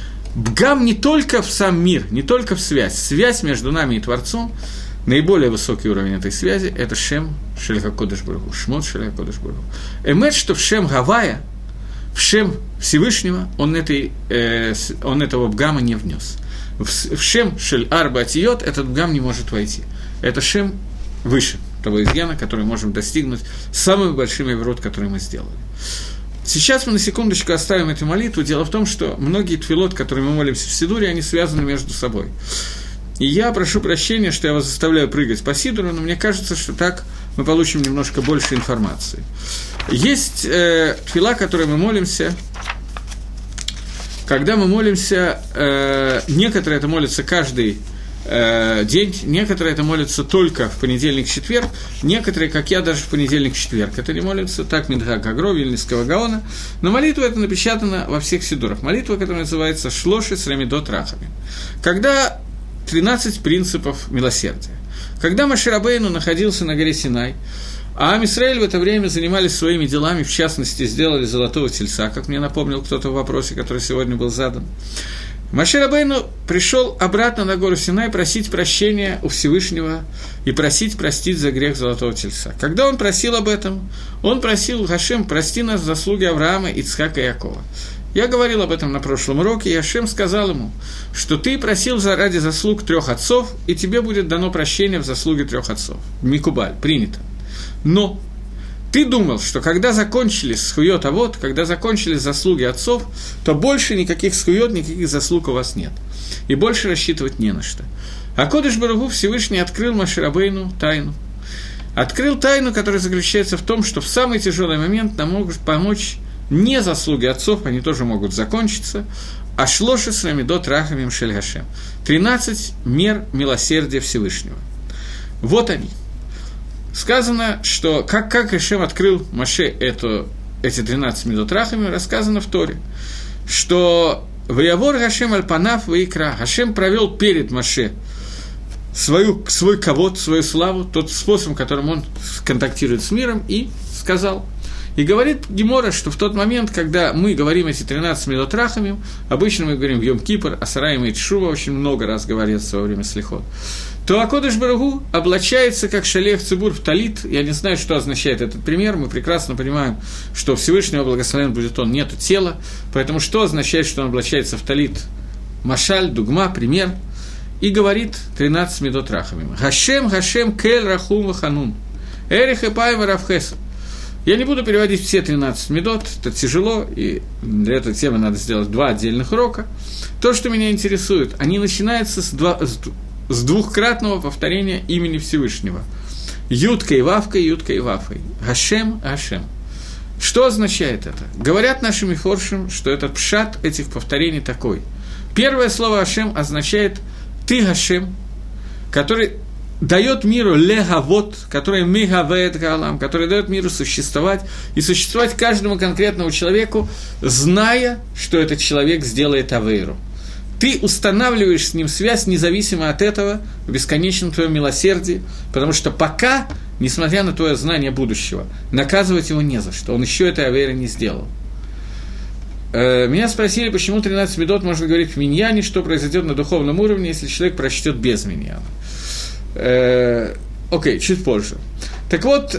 Бгам не только в сам мир, не только в связь. Связь между нами и Творцом, наиболее высокий уровень этой связи – это Шем Шель Хакодеш Баругу, Шмот Шель Хакодеш Баругу. Эмет, что в Шем Гавая, в Шем Всевышнего, он, этой, э, он этого бгама не внес. В, в Шем Шель Арба Атиот этот бгам не может войти. Это Шем выше того изъяна, который можем достигнуть самыми большими авейрот, которые мы сделали. Сейчас мы на секундочку оставим эту молитву. Дело в том, что многие тфилот, которые мы молимся в Сидуре, они связаны между собой. И я прошу прощения, что я вас заставляю прыгать по Сидуру, но мне кажется, что так мы получим немножко больше информации. Есть э, тфила, которой мы молимся. Когда мы молимся, э, некоторые это молятся каждый день, некоторые это молятся только в понедельник-четверг, некоторые, как я, даже в понедельник-четверг. Это не молятся, так Минхаг Агро, Вильнюсского Гаона, но молитва эта напечатана во всех сидурах. Молитва, которая называется «Шлоши с рамидот рахами». Когда тринадцать принципов милосердия. Когда Моше Рабейну находился на горе Синай, а Ам Исраэль в это время занимались своими делами, в частности, сделали золотого тельца, как мне напомнил кто-то в вопросе, который сегодня был задан, Моше Рабейну пришел обратно на гору Синай просить прощения у Всевышнего и просить простить за грех Золотого Тельца. Когда он просил об этом, он просил: «Гашем, прости нас за заслуги Авраама, Ицхака и Якова». Я говорил об этом на прошлом уроке, и Гашем сказал ему, что ты просил ради заслуг трех отцов, и тебе будет дано прощение в заслуге трех отцов. Микубаль, принято. Но ты думал, что когда закончились схуёт авот, когда закончились заслуги отцов, то больше никаких схуёт, никаких заслуг у вас нет. И больше рассчитывать не на что. А Кодеш Баругу Всевышний открыл Моше Рабейну тайну. Открыл тайну, которая заключается в том, что в самый тяжелый момент нам могут помочь не заслуги отцов, они тоже могут закончиться, а шлоши с рамидот рахамим шель Гашем. тринадцать мер милосердия Всевышнего. Вот они. Сказано, что как, как Гашем открыл Моше эту, эти тринадцать мидот рахами, рассказано в Торе, что «Ваявор Гашем аль-панав ваикра» Гашем провел перед Моше свою, свой кавод, свою славу, тот способ, которым он контактирует с миром, и сказал. И говорит Гемора, что в тот момент, когда мы говорим эти тринадцать медот рахамим, обычно мы говорим в Йом-Кипр, Асараим и Тшува, очень много раз говорится во время слихот, то Акодеш Баругу облачается как шалех цибур в талит. Я не знаю, что означает этот пример, мы прекрасно понимаем, что Всевышнего благословен будет он, нету тела, поэтому что означает, что он облачается в талит? Машаль, дугма, пример, и говорит тринадцать медот рахамим. Гашем, Гашем, кель рахум ваханун, эрих эпаем равхесед. Я не буду переводить все тринадцать медот, это тяжело, и для этой темы надо сделать два отдельных урока. То, что меня интересует, они начинаются с, два, с двухкратного повторения имени Всевышнего. Юткой, Вавкой, Юткой, Вафой. Гашем, Гашем. Что означает это? Говорят наши мифоршим, что этот пшат этих повторений такой. Первое слово Гашем означает «ты, Гашем», который дает миру легавот, который мегавет галам, который дает миру существовать, и существовать каждому конкретному человеку, зная, что этот человек сделает авейру. Ты устанавливаешь с ним связь независимо от этого в бесконечном твоем милосердии, потому что пока, несмотря на твое знание будущего, наказывать его не за что, он еще этой авейры не сделал. Меня спросили, почему тринадцать медот можно говорить в миньяне, что произойдет на духовном уровне, если человек прочтет без миньяна. Окей, okay, чуть позже. Так вот,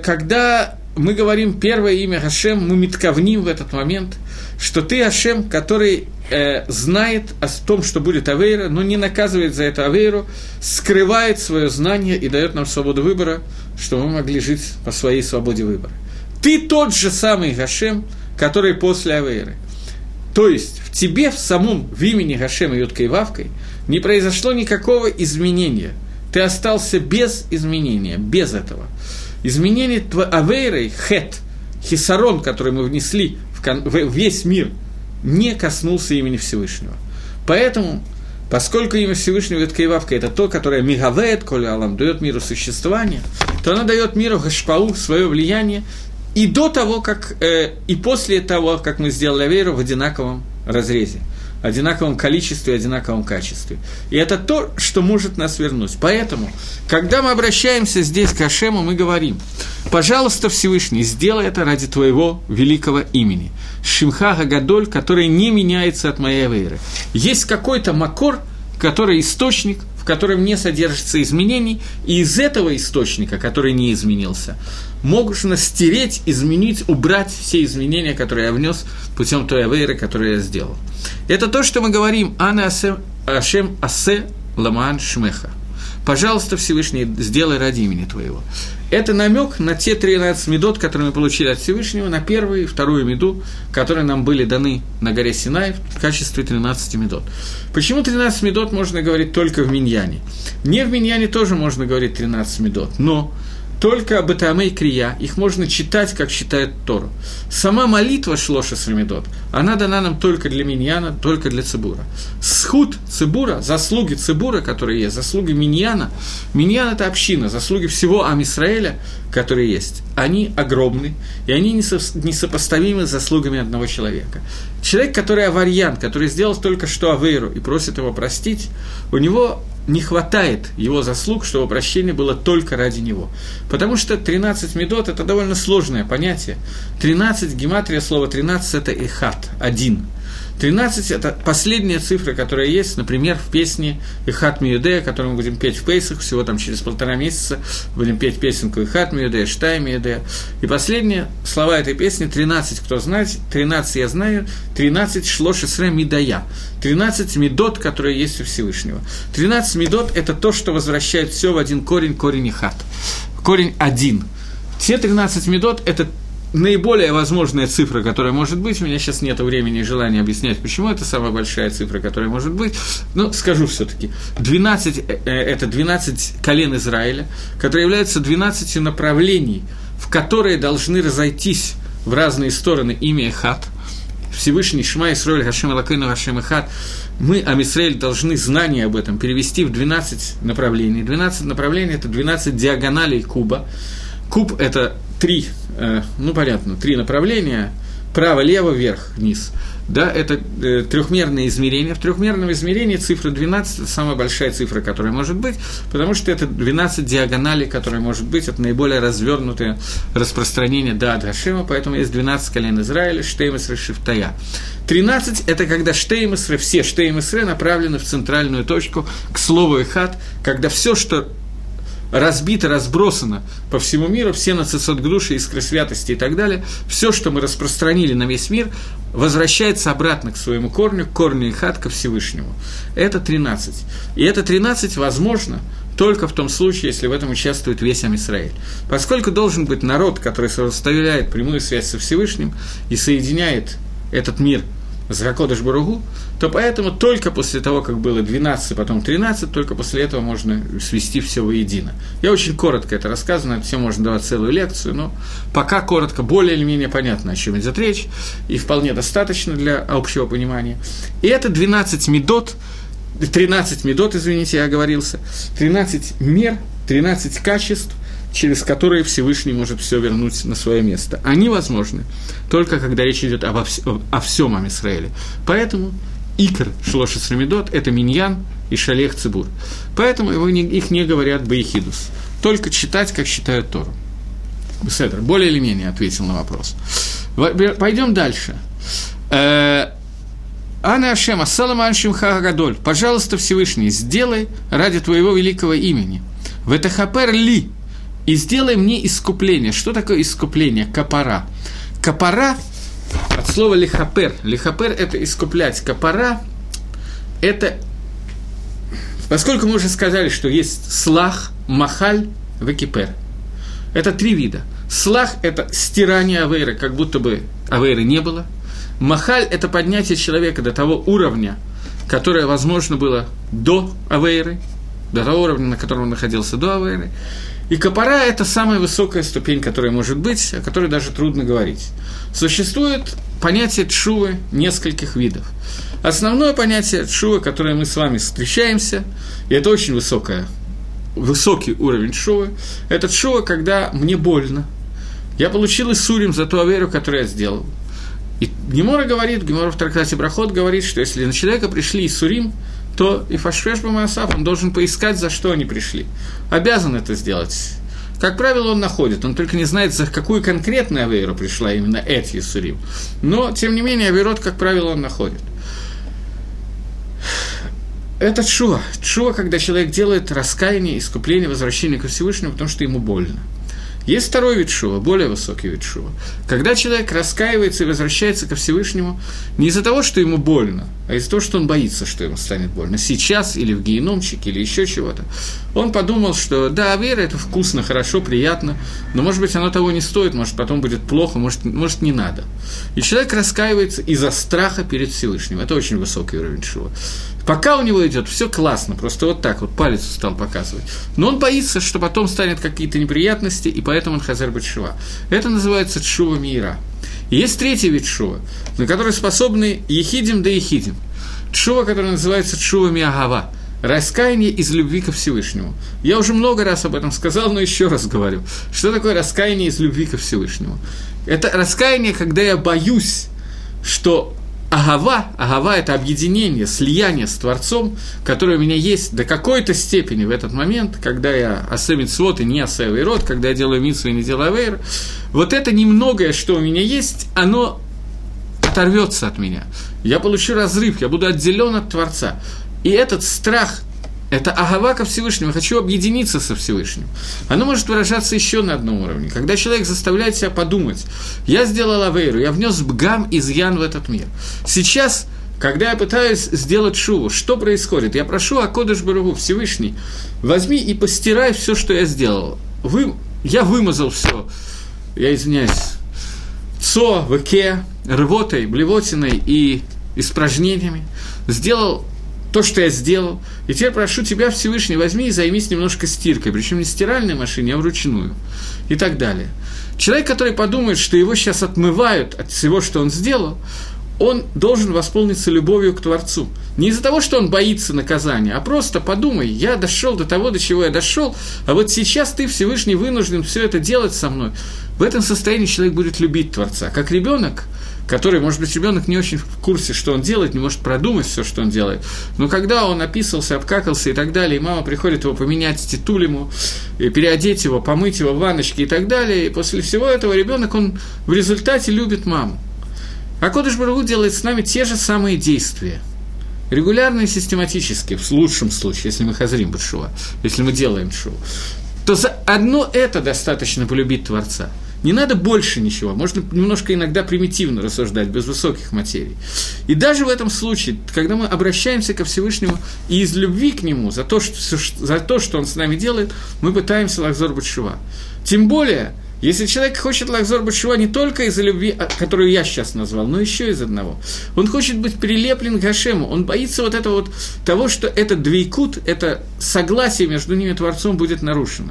когда мы говорим первое имя Гашем, мы митковним в этот момент, что ты Гашем, который знает о том, что будет авейра, но не наказывает за это авейру, скрывает свое знание и дает нам свободу выбора, чтобы мы могли жить по своей свободе выбора. Ты тот же самый Гашем, который после авейры. То есть в тебе, в самом, в имени Гашема Юткой и Вавкой, не произошло никакого изменения. Ты остался без изменения, без этого. Изменение авейрой, хет, хисарон, который мы внесли в, кон- в весь мир, не коснулся имени Всевышнего. Поэтому, поскольку имя Всевышнего Юткой и Вавка – это то, которое мигавеет, коли алам, дает миру существование, то она дает миру гашпау, свое влияние, и до того, как, э, и после того, как мы сделали авейру в одинаковом разрезе, одинаковом количестве, одинаковом качестве. И это то, что может нас вернуть. Поэтому, когда мы обращаемся здесь к Ашему, мы говорим: пожалуйста, Всевышний, сделай это ради твоего великого имени. Шимха Гагадоль, который не меняется от моей авейры. Есть какой-то макор, который источник, в котором не содержится изменений, и из этого источника, который не изменился, можно стереть, изменить, убрать все изменения, которые я внес путем той авейры, которую я сделал. Это то, что мы говорим «Ане Ашем Асе Ламаан Шмеха». Пожалуйста, Всевышний, сделай ради имени Твоего. Это намек на те тринадцать медот, которые мы получили от Всевышнего, на первую и вторую меду, которые нам были даны на горе Синай в качестве тринадцати медот. Почему тринадцать медот можно говорить только в миньяне? Не в миньяне тоже можно говорить тринадцать медот, но только об Этамей Крия, их можно читать, как читает Тору. Сама молитва Шлоша Срамидот, она дана нам только для миньяна, только для цибура. Схуд цибура, заслуги цибура, которые есть, заслуги миньяна, миньян – это община, заслуги всего Ам Исраэля, которые есть, они огромны, и они несопоставимы с заслугами одного человека. Человек, который аварьян, который сделал только что авейру и просит его простить, у него не хватает его заслуг, чтобы прощение было только ради него. Потому что тринадцать медот – это довольно сложное понятие. тринадцать, гематрия слова тринадцать – это эхат, один. тринадцать – это последняя цифра, которая есть, например, в песне «Эхат Миюдея», которую мы будем петь в Пейсах, всего там через полтора месяца будем петь песенку «Эхат Миюдея», «Штай Миюдея». И последние слова этой песни – тринадцать, кто знает, тринадцать я знаю, тринадцать шлош исре мидая, тринадцать медот, которые есть у Всевышнего. тринадцать медот – это то, что возвращает все в один корень, корень «Эхат», корень один. Те тринадцать медот – это наиболее возможная цифра, которая может быть, у меня сейчас нет времени и желания объяснять, почему это самая большая цифра, которая может быть, но скажу все-таки, двенадцать – это двенадцать колен Израиля, которые являются двенадцатью направлений, в которые должны разойтись в разные стороны имя Эхат, Всевышний Шма Исроэль Хашем Элокейну Хашем Эхат, мы, Ам Исраэль, должны знание об этом перевести в двенадцать направлений. двенадцать направлений – это двенадцать диагоналей куба. Куб – это три, ну, понятно, три направления, право-лево, вверх-вниз. Да, это э, трехмерное измерение. В трехмерном измерении цифра двенадцать – это самая большая цифра, которая может быть, потому что это двенадцать диагоналей, которые может быть, это наиболее развернутое распространение Даат Гашема, поэтому есть двенадцать колен Израиля, Штеймесре, Шифтая. тринадцать – это когда Штеймесре, все Штеймесре направлены в центральную точку, к слову Эхад, когда все, что разбито, разбросано по всему миру, все нацицот гдуши, искры святости и так далее, все, что мы распространили на весь мир, возвращается обратно к своему корню, к корню Эхад, ко Всевышнему. Это тринадцать. И это тринадцать возможно только в том случае, если в этом участвует весь Ам Исраэль. Поскольку должен быть народ, который составляет прямую связь со Всевышним и соединяет этот мир с Гакодеш Баругу, то поэтому только после того, как было двенадцать, потом тринадцать, только после этого можно свести все воедино. Я очень коротко это рассказываю, на это все можно давать целую лекцию, но пока коротко, более или менее понятно, о чем идет речь, и вполне достаточно для общего понимания. И это двенадцать медот, тринадцать медот, извините, я оговорился, тринадцать мер, тринадцать качеств, через которые Всевышний может все вернуть на свое место. Они возможны только когда речь идет обо вс- о всем Ам Исраэле. Поэтому Икр Шлошес Рамидот – это Миньян и Шалех Цибур. Поэтому его не, их не говорят Баехидус. Только читать, как считают Тору. Беседер, более или менее ответил на вопрос. Пойдем дальше. Ана Ашем, Ассалам Аншим Хагадоль. Пожалуйста, Всевышний, сделай ради твоего великого имени. Ветахапер ли. И сделай мне искупление. Что такое искупление? Капара. Капара от слова лихапер. Лихапер – это искуплять. Капара – это… Поскольку мы уже сказали, что есть слах, махаль, векипер. Это три вида. Слах – это стирание авейры, как будто бы авейры не было. Махаль – это поднятие человека до того уровня, которое возможно было до авейры, до того уровня, на котором он находился до авейры. И капара – это самая высокая ступень, которая может быть, о которой даже трудно говорить. Существует понятие тшувы нескольких видов. Основное понятие тшувы, которое мы с вами встречаемся, и это очень высокое, высокий уровень тшувы, это тшува, когда мне больно. Я получил иссурим за ту аверу, которую я сделал. И Гемора говорит, Гемора в трактате Брахот говорит, что если на человека пришли иссурим, то и фашфеш бамаасаф, он должен поискать, за что они пришли. Обязан это сделать. Как правило, он находит, он только не знает, за какую конкретную авейру пришла именно эти иссурим. Но, тем не менее, авейрот, как правило, он находит. Это тшува. Тшува, когда человек делает раскаяние, искупление, возвращение ко Всевышнему, потому что ему больно. Есть второй вид шува, более высокий вид шува. Когда человек раскаивается и возвращается ко Всевышнему не из-за того, что ему больно, а из-за того, что он боится, что ему станет больно. Сейчас, или в гееномчике, или еще чего-то. Он подумал, что да, вера – это вкусно, хорошо, приятно, но, может быть, оно того не стоит, может, потом будет плохо, может, может не надо. И человек раскаивается из-за страха перед Всевышним. Это очень высокий уровень шува. Пока у него идет все классно, просто вот так вот палец стал показывать. Но он боится, что потом станет какие-то неприятности, и поэтому он хазар бет шува. Это называется тшува миира. И есть третий вид тшува, на который способны ехидим да ехидим. Тшува, который называется тшува миагава. Раскаяние из любви ко Всевышнему. Я уже много раз об этом сказал, но еще раз говорю. Что такое раскаяние из любви ко Всевышнему? Это раскаяние, когда я боюсь, что агава, агава – это объединение, слияние с Творцом, которое у меня есть до какой-то степени в этот момент, когда я асе мицвот и не асе авейрот, когда я делаю мицву и не делаю авейр. Вот это немногое, что у меня есть, оно оторвется от меня. Я получу разрыв, я буду отделен от Творца. И этот страх, это агава ко Всевышнему, я хочу объединиться со Всевышним. Оно может выражаться еще на одном уровне. Когда человек заставляет себя подумать, я сделал авейру, я внес бгам, изъян в этот мир. Сейчас, когда я пытаюсь сделать шуву, что происходит? Я прошу Акодеш Баругу, Всевышний, возьми и постирай все, что я сделал. Вы, я вымазал все, я извиняюсь, цо, веке, рвотой, блевотиной и испражнениями, сделал то, что я сделал, и теперь прошу тебя, Всевышний, возьми и займись немножко стиркой, причем не в стиральной машине, а вручную, и так далее. Человек, который подумает, что его сейчас отмывают от всего, что он сделал, он должен восполниться любовью к Творцу. Не из-за того, что он боится наказания, а просто подумай, я дошел до того, до чего я дошел, а вот сейчас ты, Всевышний, вынужден все это делать со мной. В этом состоянии человек будет любить Творца. Как ребенок который, может быть, ребенок не очень в курсе, что он делает, не может продумать все, что он делает. Но когда он описался, обкакался и так далее, и мама приходит его поменять, титуль ему, и переодеть его, помыть его в ванночке и так далее, и после всего этого ребенок, он в результате любит маму. А Кодеш Барух Ху делает с нами те же самые действия. Регулярно и систематически, в лучшем случае, если мы хазрим б'тшува, если мы делаем тшуву, то за одно это достаточно полюбить Творца. Не надо больше ничего, можно немножко иногда примитивно рассуждать, без высоких материй. И даже в этом случае, когда мы обращаемся ко Всевышнему и из любви к Нему, за то, что, за то, что Он с нами делает, мы пытаемся лахзор б'тшува. Тем более, если человек хочет лахзор б'тшува не только из-за любви, которую я сейчас назвал, но еще из одного. Он хочет быть прилеплен к Гашему, он боится вот этого вот, того, что этот двейкут, это согласие между ними и Творцом будет нарушено.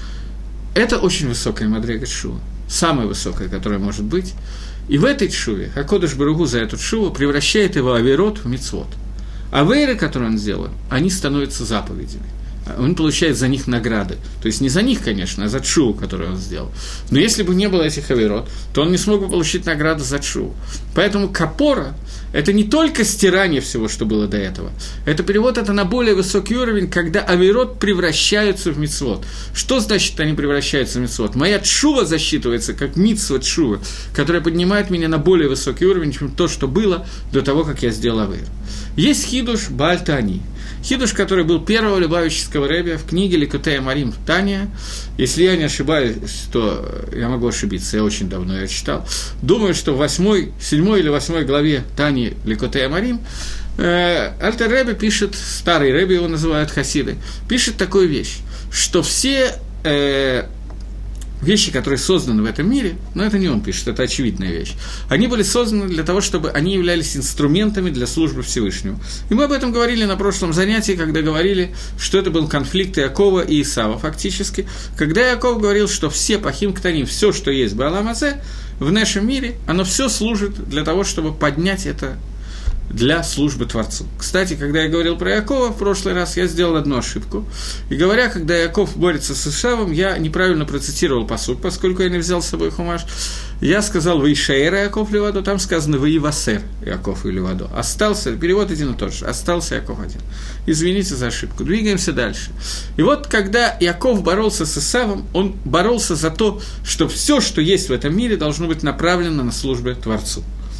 Это очень высокая мадрега тшува, самая высокая, которая может быть. И в этой тшуве ха-Кодеш Барух Ху за эту тшуву превращает его авейрот в мицвот. Авейры, которые он сделал, они становятся заповедями. Он получает за них награды. То есть не за них, конечно, а за тшуву, которую он сделал. Но если бы не было этих авейрот, то он не смог бы получить награду за тшуву. Поэтому капора – это не только стирание всего, что было до этого. Это перевод это на более высокий уровень, когда авейрот превращаются в мицвот. Что значит, они превращаются в мицвот? Моя тшува засчитывается как мицва тшува, которая поднимает меня на более высокий уровень, чем то, что было до того, как я сделал авейр. Есть хидуш Бааль Таани. Хидуш, который был первого любавического рэбби в книге Ликутей Амарим Тания. Если я не ошибаюсь, то я могу ошибиться, я очень давно ее читал. Думаю, что в восьмой, седьмой или восьмой главе Тани Ликутей Амарим э, Альтер Рэбби пишет, старый рэбби его называют хасиды, пишет такую вещь, что все э, вещи, которые созданы в этом мире, но это не он пишет, это очевидная вещь, они были созданы для того, чтобы они являлись инструментами для службы Всевышнему. И мы об этом говорили на прошлом занятии, когда говорили, что это был конфликт Иакова и Исава фактически, когда Иаков говорил, что все пахим ктаним, все, что есть в Баалам Азе, в нашем мире, оно все служит для того, чтобы поднять это для службы Творцу. Кстати, когда я говорил про Иакова в прошлый раз, я сделал одну ошибку. И говоря, когда Иаков борется с Исавом, я неправильно процитировал пасук, поскольку я не взял с собой хумаш. Я сказал «Ваишаэр Иаков левадо», там сказано «Ваивасер Иаков и левадо». Остался, перевод один и тот же, остался Иаков один. Извините за ошибку. Двигаемся дальше. И вот, когда Иаков боролся с Исавом, он боролся за то, что все, что есть в этом мире, должно быть направлено на службу Творцу.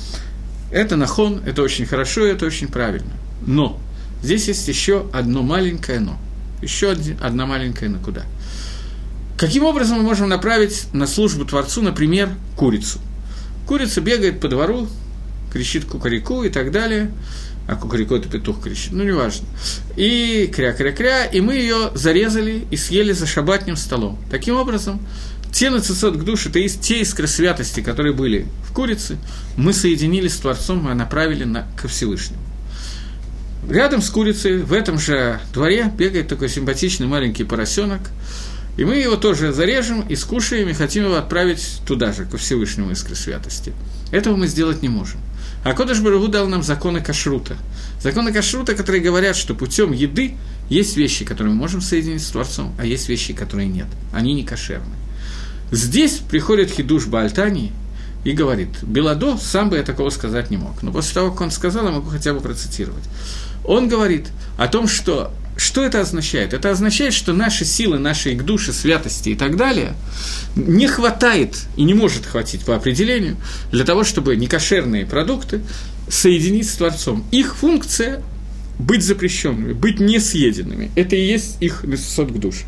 Это нахон, это очень хорошо, это очень правильно. Но здесь есть еще одно маленькое «но». Еще одна маленькая «но» куда? Каким образом мы можем направить на службу Творцу, например, курицу? Курица бегает по двору, кричит кукареку и так далее. А кукареку – это петух кричит, ну, неважно. И кря-кря-кря, и мы ее зарезали и съели за шаббатным столом. Таким образом, те нацицот гдуш, это есть те искры святости, которые были в курице, мы соединили с Творцом и направили на, ко Всевышнему. Рядом с курицей, в этом же дворе, бегает такой симпатичный маленький поросенок, и мы его тоже зарежем и скушаем, и хотим его отправить туда же, ко Всевышнему искры святости. Этого мы сделать не можем. А Кодеш Барух Ху дал нам законы кашрута. Законы кашрута, которые говорят, что путем еды есть вещи, которые мы можем соединить с Творцом, а есть вещи, которые нет. Они не кошерны. Здесь приходит хидуш Бааль Таани и говорит, Беладо сам бы я такого сказать не мог. Но после того, как он сказал, я могу хотя бы процитировать. Он говорит о том, что... Что это означает? Это означает, что наши силы, наши души, святости и так далее не хватает и не может хватить по определению для того, чтобы некошерные продукты соединить с Творцом. Их функция – быть запрещенными, быть несъеденными. Это и есть их несот к душе.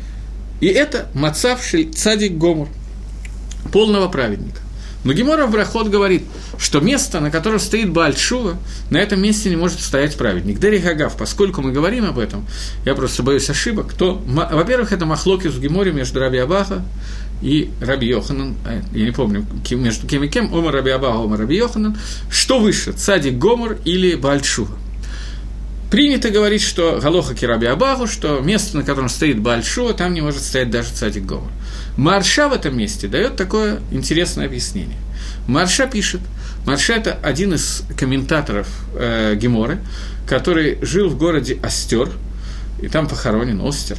И это мацав шель цадик гомор, полного праведника. Но Гемора в Брахот говорит, что место, на котором стоит Бааль Тшува, на этом месте не может стоять праведник. Дери Гагав, поскольку мы говорим об этом, я просто боюсь ошибок, то, во-первых, это махлокис в Геморе между Раби Абаха и Раби Йоханан, я не помню, между кем и кем, Омар Раби Абаха, Омар Раби Йоханан, что выше, цадик гомор или Бааль Тшува. Принято говорить, что галоха ки Раби Абаху, что место, на котором стоит Бааль Тшува, там не может стоять даже цадик гомор. Марша в этом месте дает такое интересное объяснение. Марша пишет, Марша – это один из комментаторов э, Геморы, который жил в городе Остер, и там похоронен Остер,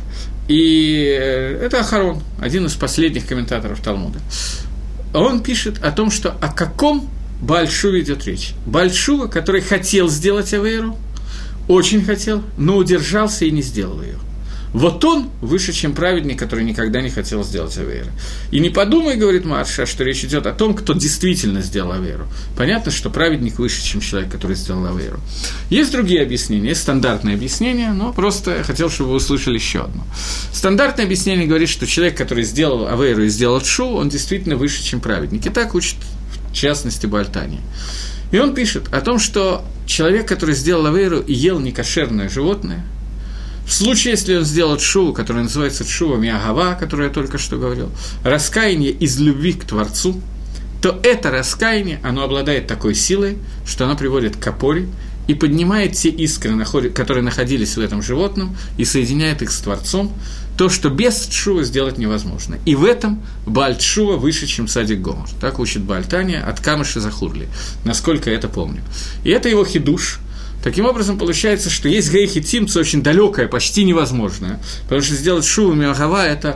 и э, это Ахарон, один из последних комментаторов Талмуда. Он пишет о том, что о каком Бааль Шува идет речь. Бааль Шува, который хотел сделать авейру, очень хотел, но удержался и не сделал ее. Вот он выше, чем праведник, который никогда не хотел сделать авейру. И не подумай, говорит Марша, что речь идет о том, кто действительно сделал авейру. Понятно, что праведник выше, чем человек, который сделал авейру. Есть другие объяснения, есть стандартные объяснения, но просто я хотел, чтобы вы услышали еще одно. Стандартное объяснение говорит, что человек, который сделал авейру и сделал тшу, он действительно выше, чем праведник. И так учит, в частности, Бааль Тания. И он пишет о том, что человек, который сделал авейру и ел некошерное животное, в случае, если он сделал тшуву, которая называется тшува миагава, о которой я только что говорил, раскаяние из любви к Творцу, то это раскаяние, оно обладает такой силой, что оно приводит к опоре и поднимает те искры, которые находились в этом животном, и соединяет их с Творцом, то, что без тшувы сделать невозможно. И в этом Бааль Тшува выше, чем Цадик Гомор. Так учит Бааль Тания от Камыша Захурли, насколько я это помню. И это его хидуш. Таким образом, получается, что есть грехи тимца очень далекое, почти невозможное. Потому что сделать шуву миагава – это…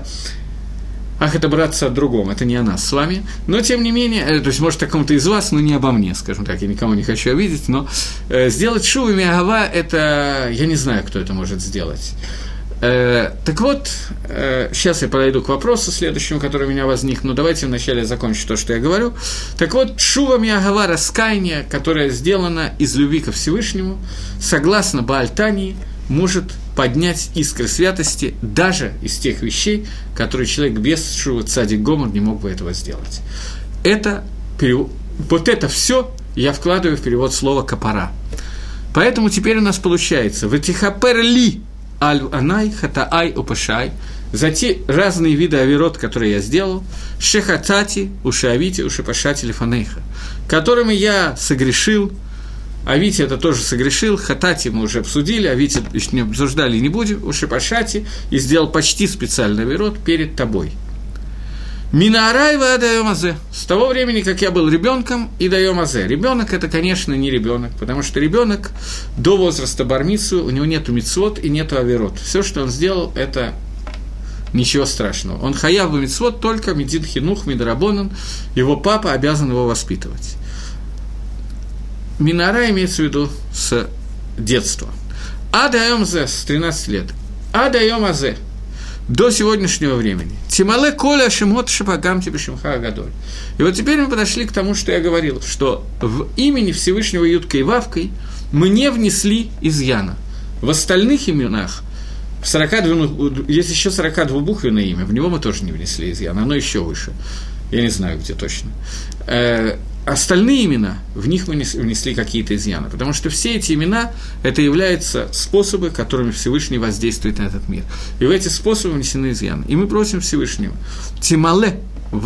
Ах, это браться от другом, это не о нас с вами. Но, тем не менее, то есть, может, о ком-то из вас, но не обо мне, скажем так, я никого не хочу обидеть, но э, сделать шуву миагава – это… Я не знаю, кто это может сделать. Э, так вот, э, сейчас я подойду к вопросу следующему, который у меня возник, но давайте вначале закончу то, что я говорю. Так вот, шува миагава, раскаяние, которое сделано из любви ко Всевышнему, согласно Бааль Тании, может поднять искры святости даже из тех вещей, которые человек без шува цадик гомор не мог бы этого сделать. Это, вот это все я вкладываю в перевод слова «капара». Поэтому теперь у нас получается «ватихапер ли» аль-анай, хатаай, упашай, за те разные виды авирот, которые я сделал, шехатати, ушавити, ушепашати лифанейха, которыми я согрешил, авити это тоже согрешил, хатати мы уже обсудили, авити еще не обсуждали и не будем, ушепашати, и сделал почти специальный авирот перед тобой. Минаарайва адаёмазе. С того времени, как я был ребенком, и даёмазе. Ребенок это, конечно, не ребенок, потому что ребенок до возраста бар-мицвы, у него нету мицвот и нету авирот. Все, что он сделал, это ничего страшного. Он хаяв бы мицвот только медин хинух мидарабонан, его папа обязан его воспитывать. Минара имеется в виду с детства. Адаёмазе с тринадцати лет. Адаёмазе. До сегодняшнего времени. Тимале коля шимот шапагам тебе шимха агадоль. И вот теперь мы подошли к тому, что я говорил, что в имени Всевышнего Юткой и Вавкой мы не внесли изъяна. В остальных именах, в сорока двух, есть еще сорок два буквенное имя, в него мы тоже не внесли изъяна, оно еще выше. Я не знаю, где точно. Э, остальные имена, в них мы внесли какие-то изъяны, потому что все эти имена – это являются способы, которыми Всевышний воздействует на этот мир. И в эти способы внесены изъяны. И мы просим Всевышнего, Тимале,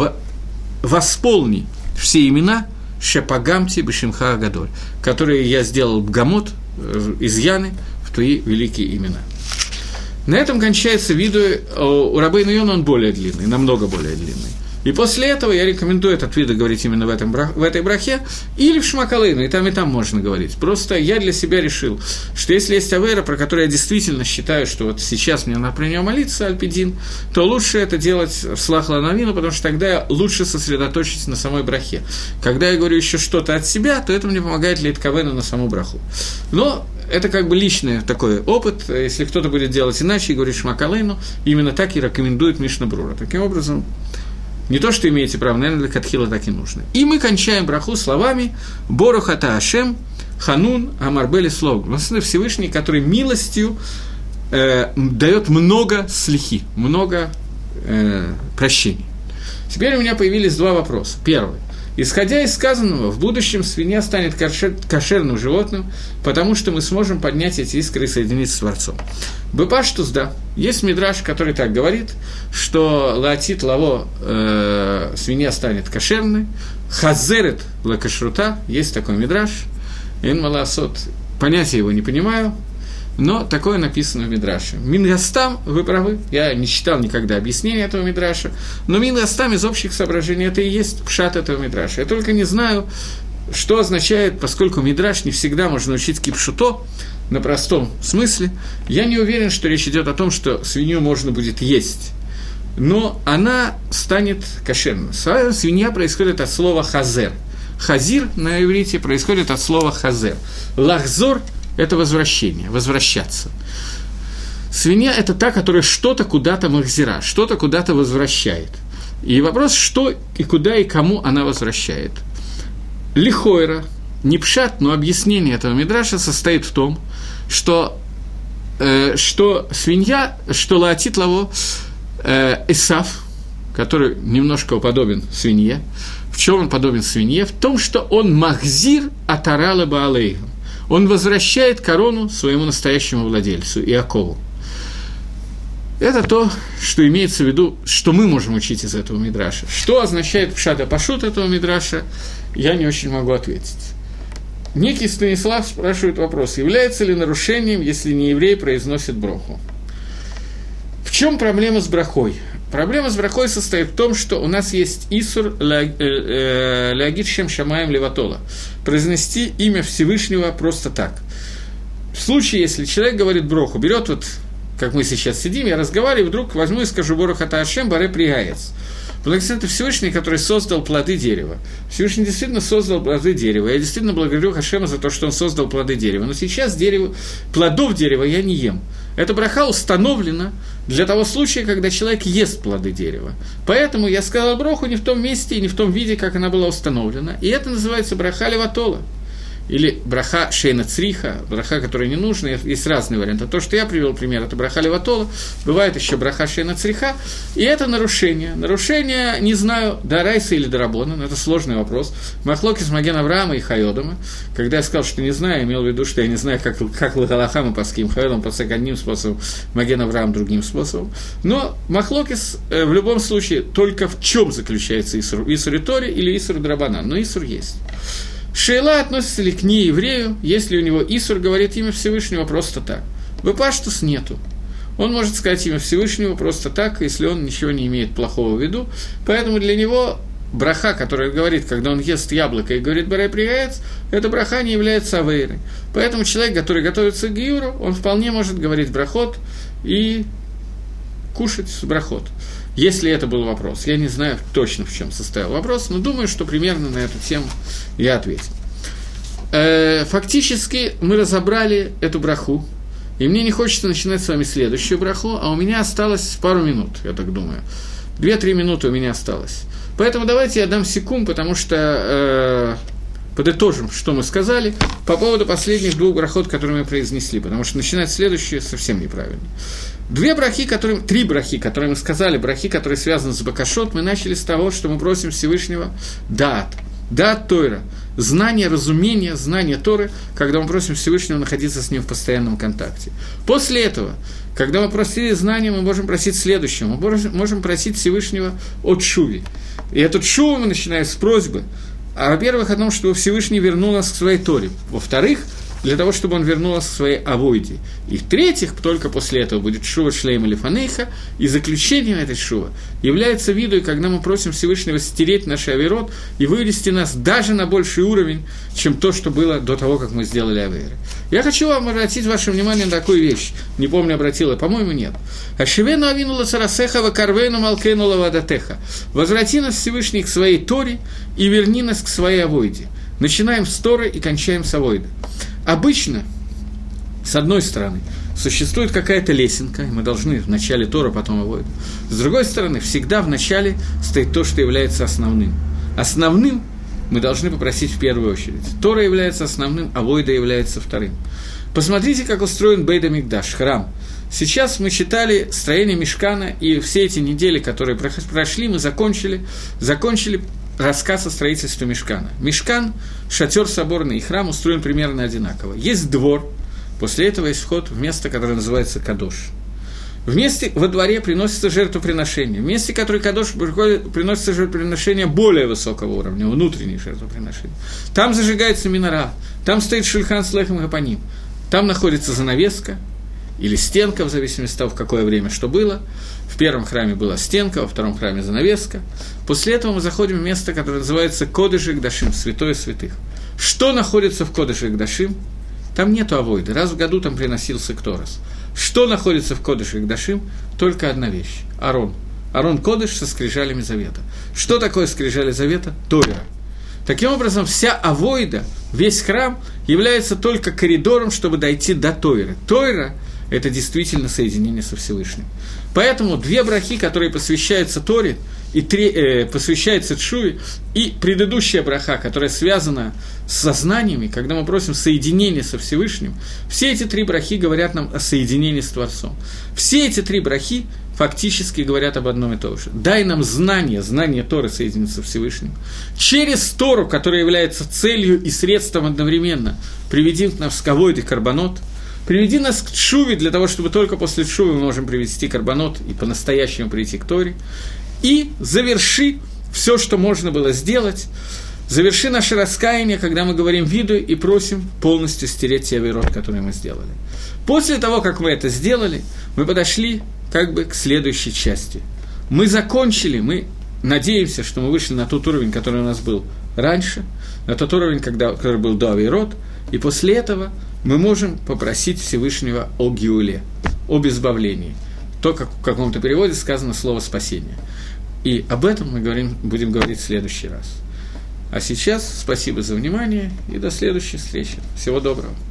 восполни все имена Шапагамти Бешимха Агадоль, которые я сделал бгамот, изъяны в твои великие имена. На этом кончается видео. У Рабейну Йона он более длинный, намного более длинный. И после этого я рекомендую этот видео говорить именно в, этом, в этой брахе, или в Шмакалейну, и там, и там можно говорить. Просто я для себя решил, что если есть авейра, про которую я действительно считаю, что вот сейчас мне надо про нее молиться, альпидин, то лучше это делать в Слах Ланавину, потому что тогда я лучше сосредоточусь на самой брахе. Когда я говорю еще что-то от себя, то это мне помогает лейткавену на саму браху. Но это как бы личный такой опыт. Если кто-то будет делать иначе и говорит Шмакалейну, именно так и рекомендует Мишна Брура. Таким образом, не то, что имеете право, наверное, для Катхила так и нужно. И мы кончаем браху словами «Бору хата Ашем, ханун амарбели слог». Господь Всевышний, который милостью э, дает много слихи, много э, прощений. Теперь у меня появились два вопроса. Первый. Исходя из сказанного, в будущем свинья станет кошер, кошерным животным, потому что мы сможем поднять эти искры и соединиться с Творцом. Бепаштус, да. Есть мидраш, который так говорит, что лаатит лаво э, свинья станет кошерной, хазерет лакашрута, есть такой мидраш, ин маласот, понятия его не понимаю, но такое написано в Мидраше. Мингастам, вы правы, я не читал никогда объяснения этого Мидраша, но Мингастам из общих соображений это и есть пшат этого Мидраша. Я только не знаю, что означает, поскольку Мидраш не всегда можно учить кипшуто, на простом смысле, я не уверен, что речь идет о том, что свинью можно будет есть, но она станет кошерной. Свинья происходит от слова хазер. Хазир на иврите происходит от слова хазер. Лахзор – это возвращение, возвращаться. Свинья – это та, которая что-то куда-то махзира, что-то куда-то возвращает. И вопрос, что и куда и кому она возвращает. Лихойра, не пшат, но объяснение этого мидраша состоит в том, что, э, что свинья, что лаатит лаво э, Исав, который немножко подобен свинье. В чем он подобен свинье? В том, что он махзир атарала баалейгам. Он возвращает корону своему настоящему владельцу, Иакову. Это то, что имеется в виду, что мы можем учить из этого мидраша. Что означает пшат и пашут этого мидраша, я не очень могу ответить. Некий Станислав спрашивает вопрос, является ли нарушением, если нееврей произносит броху. В чем проблема с брахой? Проблема с брахой состоит в том, что у нас есть исур леагид шем шамаем леватола, произнести имя Всевышнего просто так. В случае, если человек говорит броху, берет вот, как мы сейчас сидим, я разговариваю, вдруг возьму и скажу Борох ата Ашем баре пригаец. Благодаря Всевышний, который создал плоды дерева. Всевышний действительно создал плоды дерева. Я действительно благодарю Хашема за то, что он создал плоды дерева. Но сейчас дерево, плодов дерева я не ем. Эта браха установлена для того случая, когда человек ест плоды дерева. Поэтому я сказал броху не в том месте и не в том виде, как она была установлена. И это называется браха леватола. Или браха шейна цриха, браха, которая не нужна, есть разные варианты. То, что я привел пример, это браха леватола, бывает еще браха шейна цриха, и это нарушение. Нарушение, не знаю, дарайса или дарабона, но это сложный вопрос. Махлокис маген Авраама и Хайодома, когда я сказал, что не знаю, имел в виду, что я не знаю, как, как лагалаха мы паским, Хайодом пасак одним способом, маген Авраам другим способом. Но махлокис э, в любом случае только в чем заключается исур, исур и Тори или исур драбанан, но исур есть. Шейла относится ли к нееврею, если у него исур говорит имя Всевышнего просто так? Бепаштус нету. Он может сказать имя Всевышнего просто так, если он ничего не имеет плохого в виду. Поэтому для него браха, которая говорит, когда он ест яблоко и говорит «барай пригаец», эта браха не является авейрой. Поэтому человек, который готовится к гиуру, он вполне может говорить брахот и кушать с брахот. Если это был вопрос. Я не знаю точно, в чем состоял вопрос, но думаю, что примерно на эту тему я ответил. Э, фактически мы разобрали эту браху, и мне не хочется начинать с вами следующую браху, а у меня осталось пару минут, я так думаю. Две-три минуты у меня осталось. Поэтому давайте я дам секунд, потому что э, подытожим, что мы сказали, по поводу последних двух брахот, которые мы произнесли, потому что начинать следующую совсем неправильно. Две брахи, которые, три брахи, которые мы сказали, брахи, которые связаны с бакашот, мы начали с того, что мы просим Всевышнего даат, даат Тойра, знание, разумение, знание Торы, когда мы просим Всевышнего находиться с ним в постоянном контакте. После этого, когда мы просили знания, мы можем просить следующего, мы можем просить Всевышнего от шуви. И эту шуву мы начинаем с просьбы, а, во-первых, о том, чтобы Всевышний вернул нас к своей Торе, во-вторых, для того, чтобы он вернул нас к своей авойде. И в-третьих, только после этого будет шува шлейма лифанейха, и заключением этой шува является виду, когда мы просим Всевышнего стереть наш авейрот и вывести нас даже на больший уровень, чем то, что было до того, как мы сделали авейры. Я хочу вам обратить ваше внимание на такую вещь. Не помню, обратила, по-моему, нет. «Ашивену авину лацарасеха вакарвену малкену лавадатеха». «Возврати нас, Всевышний, к своей Торе и верни нас к своей авойде». Начинаем с Торы и кончаем с авойды. Обычно, с одной стороны, существует какая-то лесенка, и мы должны в начале Тора, потом авойду. С другой стороны, всегда в начале стоит то, что является основным. Основным мы должны попросить в первую очередь. Тора является основным, авойда является вторым. Посмотрите, как устроен Бейт ха-Микдаш, храм. Сейчас мы читали строение Мишкана, и все эти недели, которые прошли, мы закончили, закончили рассказ о строительстве Мишкана. Мишкан, шатер соборный и храм устроен примерно одинаково. Есть двор, после этого есть вход в место, которое называется Кадош. В месте, во дворе приносится жертвоприношение. В месте, которое Кадош, приносится жертвоприношение более высокого уровня, внутренние жертвоприношения. Там зажигается минора, там стоит шульхан с лехом и гапаним, там находится занавеска или стенка, в зависимости от того, в какое время что было. В первом храме была стенка, во втором храме занавеска. После этого мы заходим в место, которое называется Кодеш ха-Кодашим, святое святых. Что находится в Кодеш ха-Кодашим? Там нету авойды, раз в году там приносился кторос. Что находится в Кодеш ха-Кодашим? Только одна вещь – Арон. Арон Кодеш со скрижалями завета. Что такое скрижали завета? Тора. Таким образом, вся авойда, весь храм является только коридором, чтобы дойти до Тойры. Тойра – это действительно соединение со Всевышним. Поэтому две брахи, которые посвящаются Торе, и три, э, посвящается Тшуве, и предыдущая браха, которая связана с сознаниями, когда мы просим соединения со Всевышним, все эти три брахи говорят нам о соединении с Творцом. Все эти три брахи фактически говорят об одном и том же. Дай нам знание, знание Торы соединиться со Всевышним. Через Тору, которая является целью и средством одновременно, приведи нас в кавод и карбонот, приведи нас к Тшуве, для того, чтобы только после Тшувы мы можем привести карбонот и по-настоящему прийти к Торе. И заверши все, что можно было сделать, заверши наше раскаяние, когда мы говорим виду и просим полностью стереть те авирот, которые мы сделали. После того, как мы это сделали, мы подошли как бы к следующей части. Мы закончили, мы надеемся, что мы вышли на тот уровень, который у нас был раньше, на тот уровень, когда, который был до авирот, и после этого мы можем попросить Всевышнего о геуле, об избавлении. То, как в каком-то переводе сказано слово «спасение». И об этом мы говорим, будем говорить в следующий раз. А сейчас спасибо за внимание и до следующей встречи. Всего доброго.